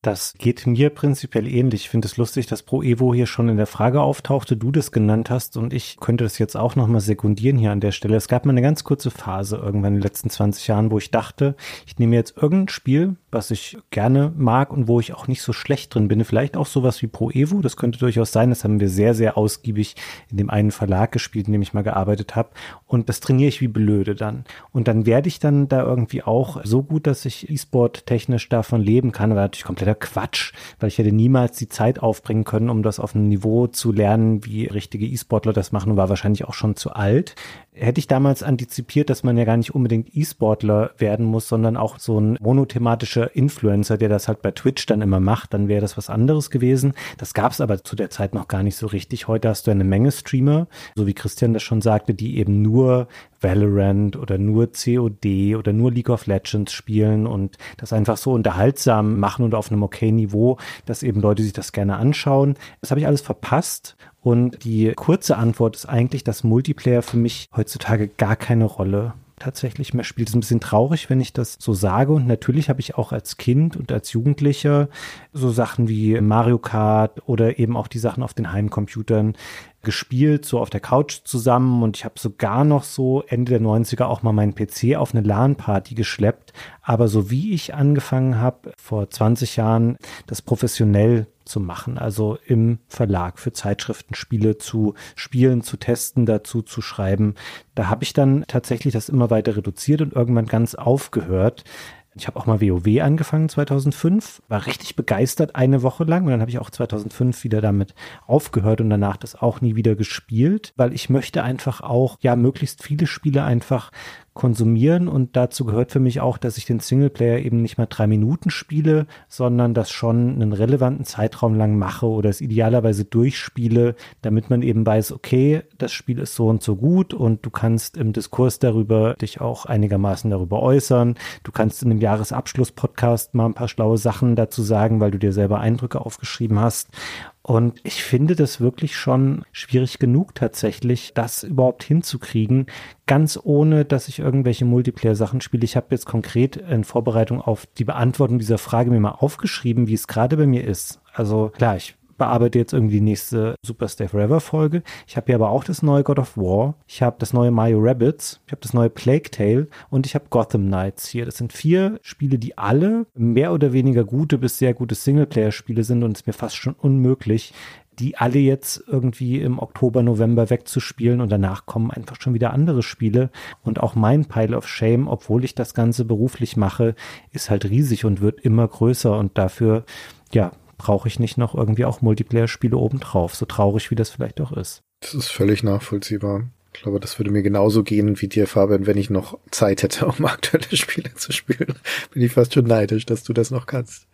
Speaker 3: Das geht mir prinzipiell ähnlich. Ich finde es lustig, dass Pro Evo hier schon in der Frage auftauchte, du das genannt hast und ich könnte das jetzt auch nochmal sekundieren hier an der Stelle. Es gab mal eine ganz kurze Phase irgendwann in den letzten zwanzig Jahren, wo ich dachte, ich nehme jetzt irgendein Spiel, was ich gerne mag und wo ich auch nicht so schlecht drin bin. Vielleicht auch sowas wie Pro Evo, das könnte durchaus sein. Das haben wir sehr, sehr ausgiebig in dem einen Verlag gespielt, in dem ich mal gearbeitet habe. Und das trainiere ich wie blöde dann. Und dann werde ich dann da irgendwie auch so gut, dass ich E-Sport technisch davon leben kann, aber natürlich kompletter Quatsch, weil ich hätte niemals die Zeit aufbringen können, um das auf einem Niveau zu lernen, wie richtige E-Sportler das machen, und war wahrscheinlich auch schon zu alt. Hätte ich damals antizipiert, dass man ja gar nicht unbedingt E-Sportler werden muss, sondern auch so ein monothematischer Influencer, der das halt bei Twitch dann immer macht, dann wäre das was anderes gewesen. Das gab es aber zu der Zeit noch gar nicht so richtig. Heute hast du eine Menge Streamer, so wie Christian das schon sagte, die eben nur Valorant oder nur C O D oder nur League of Legends spielen und das einfach so unterhaltsam machen und auf einem okayen Niveau, dass eben Leute sich das gerne anschauen. Das habe ich alles verpasst. Und die kurze Antwort ist eigentlich, dass Multiplayer für mich heutzutage gar keine Rolle tatsächlich mehr spielt. Es ist ein bisschen traurig, wenn ich das so sage. Und natürlich habe ich auch als Kind und als Jugendlicher so Sachen wie Mario Kart oder eben auch die Sachen auf den Heimcomputern gespielt, so auf der Couch zusammen, und ich habe sogar noch so Ende der neunziger auch mal meinen P C auf eine LAN-Party geschleppt, aber so wie ich angefangen habe, vor zwanzig Jahren das professionell zu machen, also im Verlag für Zeitschriften Spiele zu spielen, zu testen, dazu zu schreiben, da habe ich dann tatsächlich das immer weiter reduziert und irgendwann ganz aufgehört. Ich habe auch mal WoW angefangen zweitausendfünf, war richtig begeistert eine Woche lang, und dann habe ich auch zweitausendfünf wieder damit aufgehört und danach das auch nie wieder gespielt, weil ich möchte einfach auch, ja, möglichst viele Spiele einfach konsumieren, und dazu gehört für mich auch, dass ich den Singleplayer eben nicht mal drei Minuten spiele, sondern das schon einen relevanten Zeitraum lang mache oder es idealerweise durchspiele, damit man eben weiß, okay, das Spiel ist so und so gut und du kannst im Diskurs darüber dich auch einigermaßen darüber äußern. Du kannst in einem Jahresabschluss-Podcast mal ein paar schlaue Sachen dazu sagen, weil du dir selber Eindrücke aufgeschrieben hast. Und ich finde das wirklich schon schwierig genug tatsächlich, das überhaupt hinzukriegen, ganz ohne, dass ich irgendwelche Multiplayer-Sachen spiele. Ich habe jetzt konkret in Vorbereitung auf die Beantwortung dieser Frage mir mal aufgeschrieben, wie es gerade bei mir ist. Also klar, ich bearbeite jetzt irgendwie die nächste Super Stay Forever Folge. Ich habe hier aber auch das neue God of War. Ich habe das neue Mario Rabbids. Ich habe das neue Plague Tale und ich habe Gotham Knights hier. Das sind vier Spiele, die alle mehr oder weniger gute bis sehr gute Singleplayer-Spiele sind, und es ist mir fast schon unmöglich, die alle jetzt irgendwie im Oktober, November wegzuspielen, und danach kommen einfach schon wieder andere Spiele, und auch mein Pile of Shame, obwohl ich das Ganze beruflich mache, ist halt riesig und wird immer größer, und dafür, ja, brauche ich nicht noch irgendwie auch Multiplayer-Spiele obendrauf, so traurig wie das vielleicht auch ist.
Speaker 4: Das ist völlig nachvollziehbar. Ich glaube, das würde mir genauso gehen wie dir, Fabian, wenn ich noch Zeit hätte, um aktuelle Spiele zu spielen. Bin ich fast schon neidisch, dass du das noch kannst.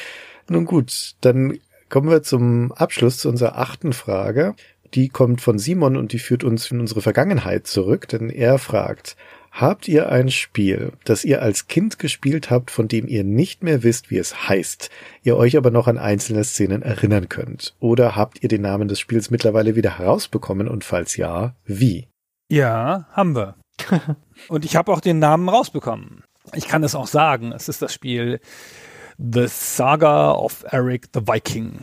Speaker 4: Nun gut, dann kommen wir zum Abschluss zu unserer achten Frage. Die kommt von Simon und die führt uns in unsere Vergangenheit zurück, denn er fragt: Habt ihr ein Spiel, das ihr als Kind gespielt habt, von dem ihr nicht mehr wisst, wie es heißt, ihr euch aber noch an einzelne Szenen erinnern könnt? Oder habt ihr den Namen des Spiels mittlerweile wieder herausbekommen, und falls ja, wie?
Speaker 5: Ja, haben wir. Und ich habe auch den Namen rausbekommen. Ich kann es auch sagen, es ist das Spiel The Saga of Eric the Viking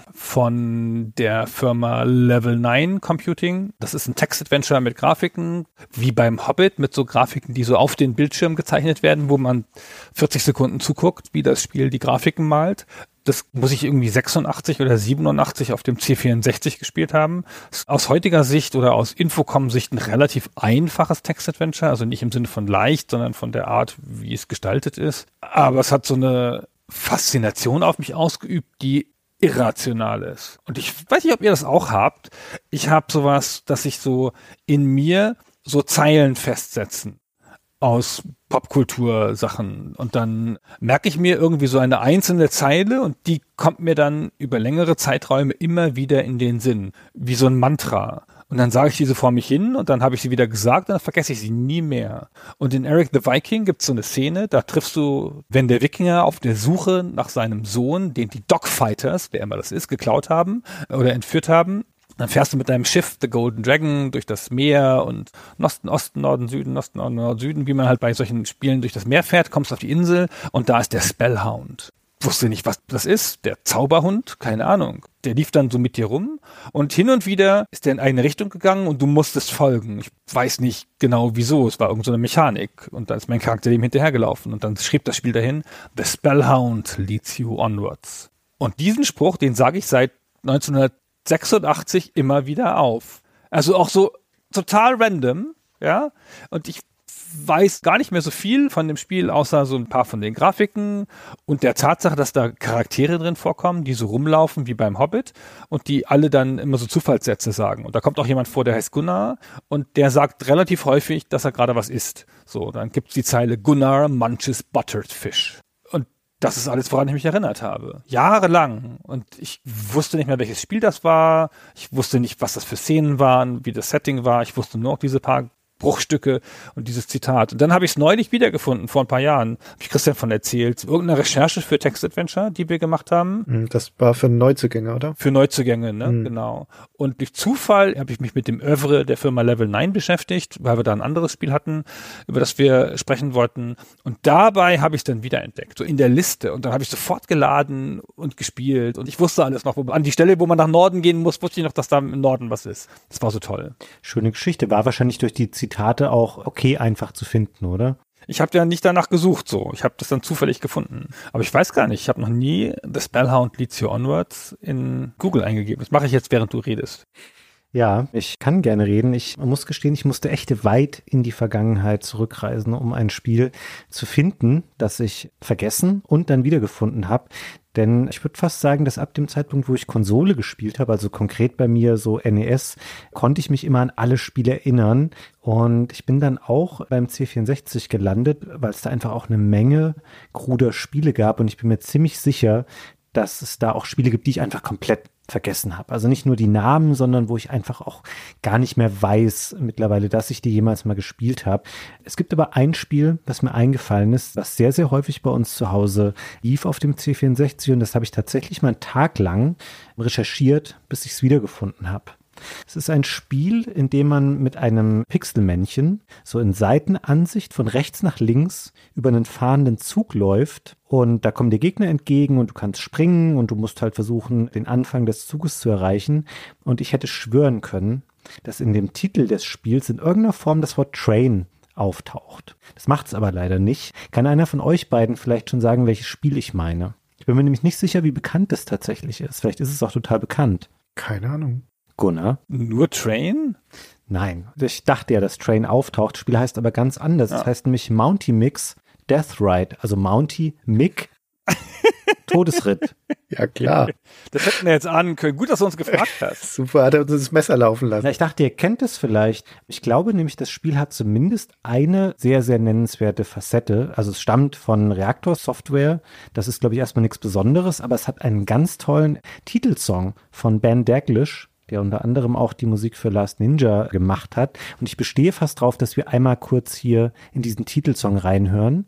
Speaker 5: von der Firma Level neun Computing. Das ist ein Text-Adventure mit Grafiken, wie beim Hobbit, mit so Grafiken, die so auf den Bildschirm gezeichnet werden, wo man vierzig Sekunden zuguckt, wie das Spiel die Grafiken malt. Das muss ich irgendwie sechsundachtzig oder siebenundachtzig auf dem C vierundsechzig gespielt haben. Aus heutiger Sicht oder aus Infocom-Sicht ein relativ einfaches Text-Adventure, also nicht im Sinne von leicht, sondern von der Art, wie es gestaltet ist. Aber es hat so eine Faszination auf mich ausgeübt, die irrational ist. Und ich weiß nicht, ob ihr das auch habt. Ich habe sowas, dass sich so in mir so Zeilen festsetzen aus Popkultursachen. Und dann merke ich mir irgendwie so eine einzelne Zeile, und die kommt mir dann über längere Zeiträume immer wieder in den Sinn, wie so ein Mantra. Und dann sage ich diese vor mich hin, und dann habe ich sie wieder gesagt, und dann vergesse ich sie nie mehr. Und in Eric the Viking gibt es so eine Szene, da triffst du, wenn der Wikinger auf der Suche nach seinem Sohn, den die Dogfighters, wer immer das ist, geklaut haben oder entführt haben, dann fährst du mit deinem Schiff, The Golden Dragon, durch das Meer und Osten, Osten, Norden, Süden, Osten, Norden, Norden, Süden, wie man halt bei solchen Spielen durch das Meer fährt, kommst auf die Insel, und da ist der Spellhound. wusste nicht, was das ist. Der Zauberhund, keine Ahnung. Der lief dann so mit dir rum und hin und wieder ist der in eine Richtung gegangen und du musstest folgen. Ich weiß nicht genau wieso, es war irgend so eine Mechanik und dann ist mein Charakter dem hinterhergelaufen und dann schrieb das Spiel dahin, The Spellhound leads you onwards. Und diesen Spruch, den sage ich seit neunzehnhundertsechsundachtzig immer wieder auf. Also auch so total random, ja, und ich weiß gar nicht mehr so viel von dem Spiel, außer so ein paar von den Grafiken und der Tatsache, dass da Charaktere drin vorkommen, die so rumlaufen wie beim Hobbit und die alle dann immer so Zufallssätze sagen. Und da kommt auch jemand vor, der heißt Gunnar und der sagt relativ häufig, dass er gerade was isst. So, dann gibt's die Zeile Gunnar munches buttered fish. Und das ist alles, woran ich mich erinnert habe. Jahrelang. Und ich wusste nicht mehr, welches Spiel das war. Ich wusste nicht, was das für Szenen waren, wie das Setting war. Ich wusste nur noch diese paar Bruchstücke und dieses Zitat. Und dann habe ich es neulich wiedergefunden, vor ein paar Jahren. Habe ich Christian von erzählt. Irgendeine Recherche für Text-Adventure, die wir gemacht haben.
Speaker 4: Das war für Neuzugänge, oder?
Speaker 5: Für Neuzugänge, ne?
Speaker 4: Mhm.
Speaker 5: Genau. Und durch Zufall habe ich mich mit dem Övre der Firma Level neun beschäftigt, weil wir da ein anderes Spiel hatten, über das wir sprechen wollten. Und dabei habe ich es dann wiederentdeckt, so in der Liste. Und dann habe ich sofort geladen und gespielt. Und ich wusste alles noch. Wo, an die Stelle, wo man nach Norden gehen muss, wusste ich noch, dass da im Norden was ist. Das war so toll.
Speaker 3: Schöne Geschichte. War wahrscheinlich durch die Zitate auch okay einfach zu finden, oder?
Speaker 5: Ich habe ja nicht danach gesucht, so. Ich habe das dann zufällig gefunden. Aber ich weiß gar nicht, ich habe noch nie The Spellhound leads you onwards in Google eingegeben. Das mache ich jetzt, während du redest.
Speaker 3: Ja, ich kann gerne reden. Ich muss gestehen, ich musste echt weit in die Vergangenheit zurückreisen, um ein Spiel zu finden, das ich vergessen und dann wiedergefunden habe. Denn ich würde fast sagen, dass ab dem Zeitpunkt, wo ich Konsole gespielt habe, also konkret bei mir so N E S, konnte ich mich immer an alle Spiele erinnern. Und ich bin dann auch beim C vierundsechzig gelandet, weil es da einfach auch eine Menge kruder Spiele gab. Und ich bin mir ziemlich sicher, dass es da auch Spiele gibt, die ich einfach komplett vergessen habe. Also nicht nur die Namen, sondern wo ich einfach auch gar nicht mehr weiß mittlerweile, dass ich die jemals mal gespielt habe. Es gibt aber ein Spiel, was mir eingefallen ist, was sehr, sehr häufig bei uns zu Hause lief auf dem C vierundsechzig und das habe ich tatsächlich mal einen Tag lang recherchiert, bis ich es wiedergefunden habe. Es ist ein Spiel, in dem man mit einem Pixelmännchen so in Seitenansicht von rechts nach links über einen fahrenden Zug läuft und da kommen dir Gegner entgegen und du kannst springen und du musst halt versuchen, den Anfang des Zuges zu erreichen. Und ich hätte schwören können, dass in dem Titel des Spiels in irgendeiner Form das Wort Train auftaucht. Das macht es aber leider nicht. Kann einer von euch beiden vielleicht schon sagen, welches Spiel ich meine? Ich bin mir nämlich nicht sicher, wie bekannt das tatsächlich ist. Vielleicht ist es auch total bekannt.
Speaker 4: Keine Ahnung.
Speaker 3: Gunnar?
Speaker 5: Nur Train?
Speaker 3: Nein, ich dachte ja, dass Train auftaucht. Das Spiel heißt aber ganz anders. Es
Speaker 5: Ja.
Speaker 3: heißt nämlich Mounty Mix Death Ride. Also Mounty Mick Todesritt.
Speaker 4: Ja, klar.
Speaker 5: Das hätten wir jetzt ahnen können. Gut, dass du uns gefragt hast.
Speaker 4: Super, hat er uns das Messer laufen lassen.
Speaker 3: Na, ich dachte, ihr kennt es vielleicht. Ich glaube nämlich, das Spiel hat zumindest eine sehr, sehr nennenswerte Facette. Also es stammt von Reaktor Software. Das ist, glaube ich, erstmal nichts Besonderes, aber es hat einen ganz tollen Titelsong von Ben Daglish, der unter anderem auch die Musik für Last Ninja gemacht hat. Und ich bestehe fast drauf, dass wir einmal kurz hier in diesen Titelsong reinhören.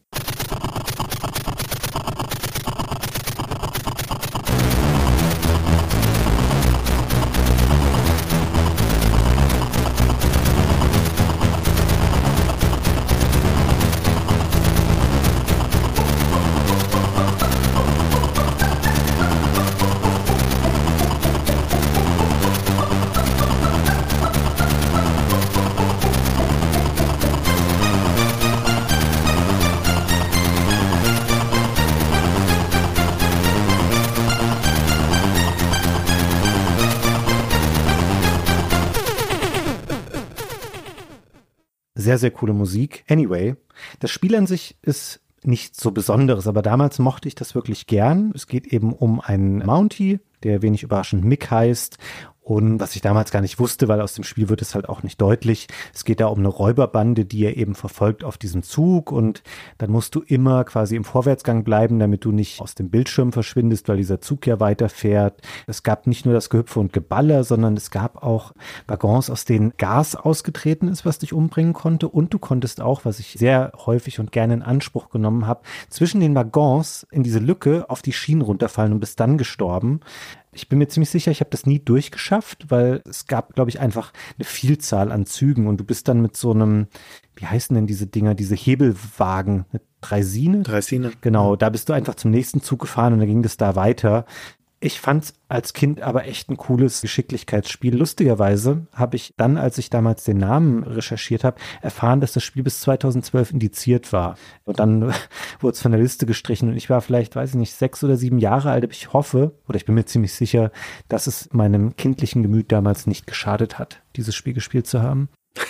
Speaker 3: Sehr, sehr coole Musik. Anyway, das Spiel an sich ist nichts so Besonderes, aber damals mochte ich das wirklich gern. Es geht eben um einen Mounty, der wenig überraschend Mick heißt. Und was ich damals gar nicht wusste, weil aus dem Spiel wird es halt auch nicht deutlich. Es geht da um eine Räuberbande, die er eben verfolgt auf diesem Zug. Und dann musst du immer quasi im Vorwärtsgang bleiben, damit du nicht aus dem Bildschirm verschwindest, weil dieser Zug ja weiterfährt. Es gab nicht nur das Gehüpfe und Geballer, sondern es gab auch Waggons, aus denen Gas ausgetreten ist, was dich umbringen konnte. Und du konntest auch, was ich sehr häufig und gerne in Anspruch genommen habe, zwischen den Waggons in diese Lücke auf die Schienen runterfallen und bist dann gestorben. Ich bin mir ziemlich sicher, ich habe das nie durchgeschafft, weil es gab, glaube ich, einfach eine Vielzahl an Zügen und du bist dann mit so einem, wie heißen denn diese Dinger, diese Hebelwagen, eine Draisine.
Speaker 4: Draisine.
Speaker 3: Genau, da bist du einfach zum nächsten Zug gefahren und dann ging es da weiter. Ich fand's als Kind aber echt ein cooles Geschicklichkeitsspiel. Lustigerweise habe ich dann, als ich damals den Namen recherchiert habe, erfahren, dass das Spiel bis zweitausendzwölf indiziert war. Und dann wurde es von der Liste gestrichen und ich war vielleicht, weiß ich nicht, sechs oder sieben Jahre alt. Aber ich hoffe, oder ich bin mir ziemlich sicher, dass es meinem kindlichen Gemüt damals nicht geschadet hat, dieses Spiel gespielt zu haben.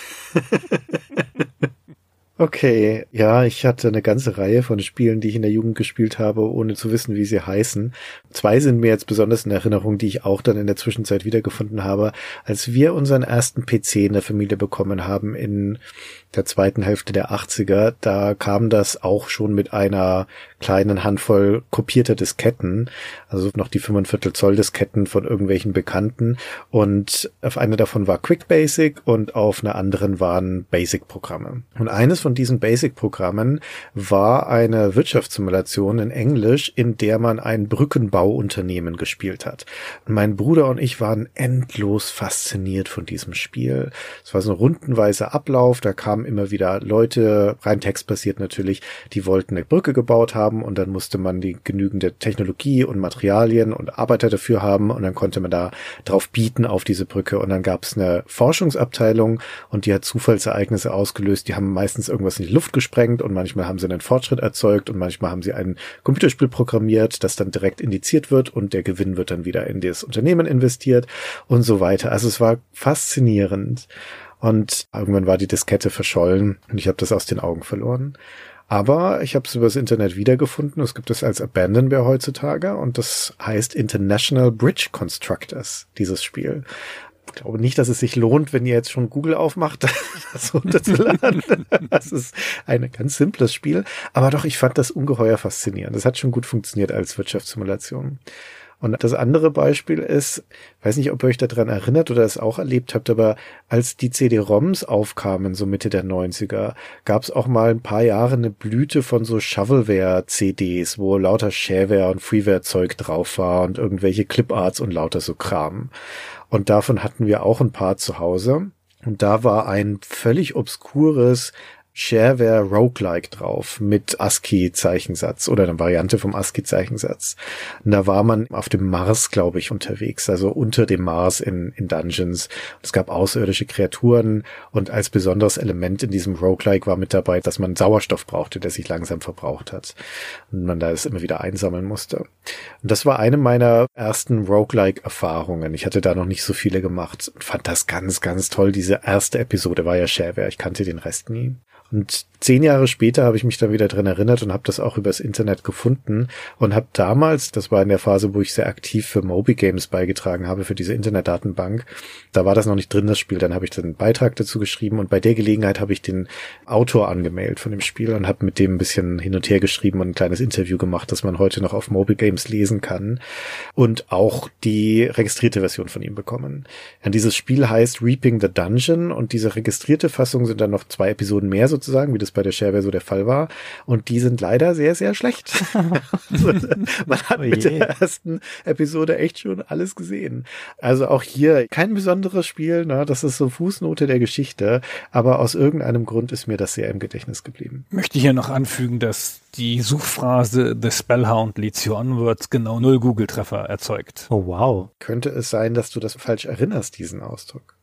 Speaker 4: Okay, ja, ich hatte eine ganze Reihe von Spielen, die ich in der Jugend gespielt habe, ohne zu wissen, wie sie heißen. Zwei sind mir jetzt besonders in Erinnerung, die ich auch dann in der Zwischenzeit wiedergefunden habe. Als wir unseren ersten P C in der Familie bekommen haben in der zweiten Hälfte der achtziger, da kam das auch schon mit einer kleinen Handvoll kopierter Disketten, also noch die fünfundviertel Zoll Disketten von irgendwelchen Bekannten, und auf einer davon war Quick Basic und auf einer anderen waren Basic-Programme. Und eines von diesen Basic-Programmen war eine Wirtschaftssimulation in Englisch, in der man ein Brückenbauunternehmen gespielt hat. Und mein Bruder und ich waren endlos fasziniert von diesem Spiel. Es war so ein rundenweiser Ablauf, da kamen immer wieder Leute, rein textbasiert natürlich, die wollten eine Brücke gebaut haben und dann musste man die genügende Technologie und Materialien und Arbeiter dafür haben und dann konnte man da drauf bieten auf diese Brücke und dann gab es eine Forschungsabteilung und die hat Zufallsereignisse ausgelöst, die haben meistens irgendwas in die Luft gesprengt und manchmal haben sie einen Fortschritt erzeugt und manchmal haben sie ein Computerspiel programmiert, das dann direkt indiziert wird und der Gewinn wird dann wieder in das Unternehmen investiert und so weiter. Also es war faszinierend. Und irgendwann war die Diskette verschollen und ich habe das aus den Augen verloren. Aber ich habe es übers Internet wiedergefunden. Es gibt es als Abandonware heutzutage und das heißt International Bridge Constructors, dieses Spiel. Ich glaube nicht, dass es sich lohnt, wenn ihr jetzt schon Google aufmacht, das runterzuladen. Das ist ein ganz simples Spiel. Aber doch, ich fand das ungeheuer faszinierend. Das hat schon gut funktioniert als Wirtschaftssimulation. Und das andere Beispiel ist, weiß nicht, ob ihr euch daran erinnert oder es auch erlebt habt, aber als die C D-ROMs aufkamen, so Mitte der neunziger, gab es auch mal ein paar Jahre eine Blüte von so Shovelware-C Ds, wo lauter Shareware und Freeware-Zeug drauf war und irgendwelche Cliparts und lauter so Kram. Und davon hatten wir auch ein paar zu Hause. Und da war ein völlig obskures Shareware Roguelike drauf mit ASCII-Zeichensatz oder eine Variante vom ASCII-Zeichensatz. Und da war man auf dem Mars, glaube ich, unterwegs, also unter dem Mars in, in Dungeons. Es gab außerirdische Kreaturen und als besonderes Element in diesem Roguelike war mit dabei, dass man Sauerstoff brauchte, der sich langsam verbraucht hat und man da das immer wieder einsammeln musste. Und das war eine meiner ersten Roguelike-Erfahrungen. Ich hatte da noch nicht so viele gemacht und fand das ganz, ganz toll. Diese erste Episode war ja Shareware. Ich kannte den Rest nie. Und zehn Jahre später habe ich mich dann wieder dran erinnert und habe das auch übers Internet gefunden und habe damals, das war in der Phase, wo ich sehr aktiv für Moby Games beigetragen habe, für diese Internetdatenbank, da war das noch nicht drin, das Spiel, dann habe ich dann einen Beitrag dazu geschrieben und bei der Gelegenheit habe ich den Autor angemeldet von dem Spiel und habe mit dem ein bisschen hin und her geschrieben und ein kleines Interview gemacht, das man heute noch auf Moby Games lesen kann und auch die registrierte Version von ihm bekommen. Ja, dieses Spiel heißt Reaping the Dungeon und diese registrierte Fassung sind dann noch zwei Episoden mehr sozusagen, wie das bei der Shareware so der Fall war. Und die sind leider sehr, sehr schlecht. Also, man hat oh mit der ersten Episode echt schon alles gesehen. Also auch hier kein besonderes Spiel, ne? Das ist so Fußnote der Geschichte, aber aus irgendeinem Grund ist mir das sehr im Gedächtnis geblieben.
Speaker 5: Möchte hier noch anfügen, dass die Suchphrase The Spellhound leads you onwards genau null Google-Treffer erzeugt.
Speaker 3: Oh wow.
Speaker 4: Könnte es sein, dass du das falsch erinnerst, diesen Ausdruck?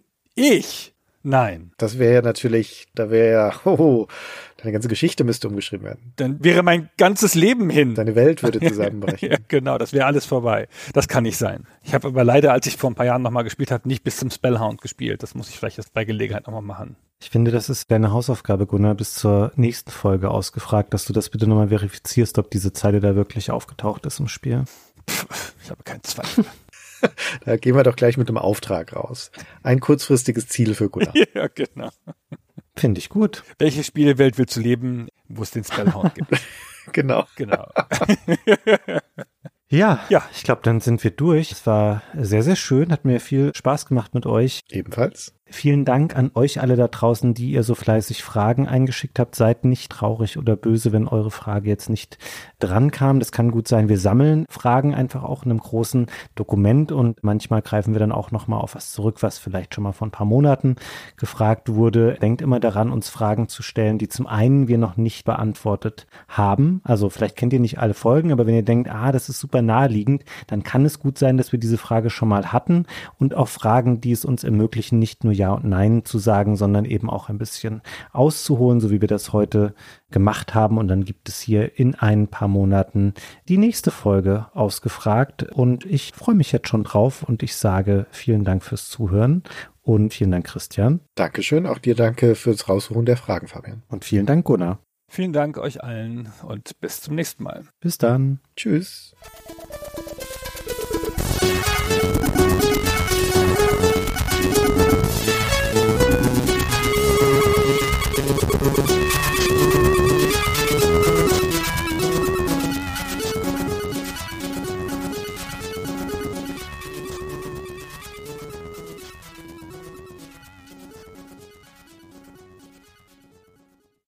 Speaker 5: Ich? Nein.
Speaker 4: Das wäre ja natürlich, da wäre ja, hoho, deine ganze Geschichte müsste umgeschrieben werden.
Speaker 5: Dann wäre mein ganzes Leben hin.
Speaker 4: Deine Welt würde zusammenbrechen.
Speaker 5: Ja, genau, das wäre alles vorbei. Das kann nicht sein. Ich habe aber leider, als ich vor ein paar Jahren nochmal gespielt habe, nicht bis zum Spellhound gespielt. Das muss ich vielleicht jetzt bei Gelegenheit nochmal machen.
Speaker 3: Ich finde, das ist deine Hausaufgabe, Gunnar, bis zur nächsten Folge ausgefragt, dass du das bitte nochmal verifizierst, ob diese Zeile da wirklich aufgetaucht ist im Spiel.
Speaker 5: Pff, ich habe keinen Zweifel.
Speaker 4: Da gehen wir doch gleich mit dem Auftrag raus. Ein kurzfristiges Ziel für Gunnar.
Speaker 5: Ja, genau.
Speaker 3: Finde ich gut.
Speaker 5: Welche Spielewelt willst du leben, wo es den Spellhound gibt?
Speaker 4: Genau.
Speaker 5: Genau.
Speaker 3: Ja,
Speaker 5: ja.
Speaker 3: Ich glaube, dann sind wir durch. Es war sehr, sehr schön, hat mir viel Spaß gemacht mit euch.
Speaker 4: Ebenfalls.
Speaker 3: Vielen Dank an euch alle da draußen, die ihr so fleißig Fragen eingeschickt habt. Seid nicht traurig oder böse, wenn eure Frage jetzt nicht dran kam. Das kann gut sein. Wir sammeln Fragen einfach auch in einem großen Dokument und manchmal greifen wir dann auch nochmal auf was zurück, was vielleicht schon mal vor ein paar Monaten gefragt wurde. Denkt immer daran, uns Fragen zu stellen, die zum einen wir noch nicht beantwortet haben. Also vielleicht kennt ihr nicht alle Folgen, aber wenn ihr denkt, ah, das ist super naheliegend, dann kann es gut sein, dass wir diese Frage schon mal hatten und auch Fragen, die es uns ermöglichen, nicht nur Ja und Nein zu sagen, sondern eben auch ein bisschen auszuholen, so wie wir das heute gemacht haben. Und dann gibt es hier in ein paar Monaten die nächste Folge ausgefragt. Und ich freue mich jetzt schon drauf und ich sage vielen Dank fürs Zuhören und vielen Dank, Christian.
Speaker 4: Dankeschön. Auch dir danke fürs Raussuchen der Fragen, Fabian.
Speaker 3: Und vielen Dank, Gunnar.
Speaker 5: Vielen Dank euch allen und bis zum nächsten Mal.
Speaker 3: Bis dann.
Speaker 4: Tschüss.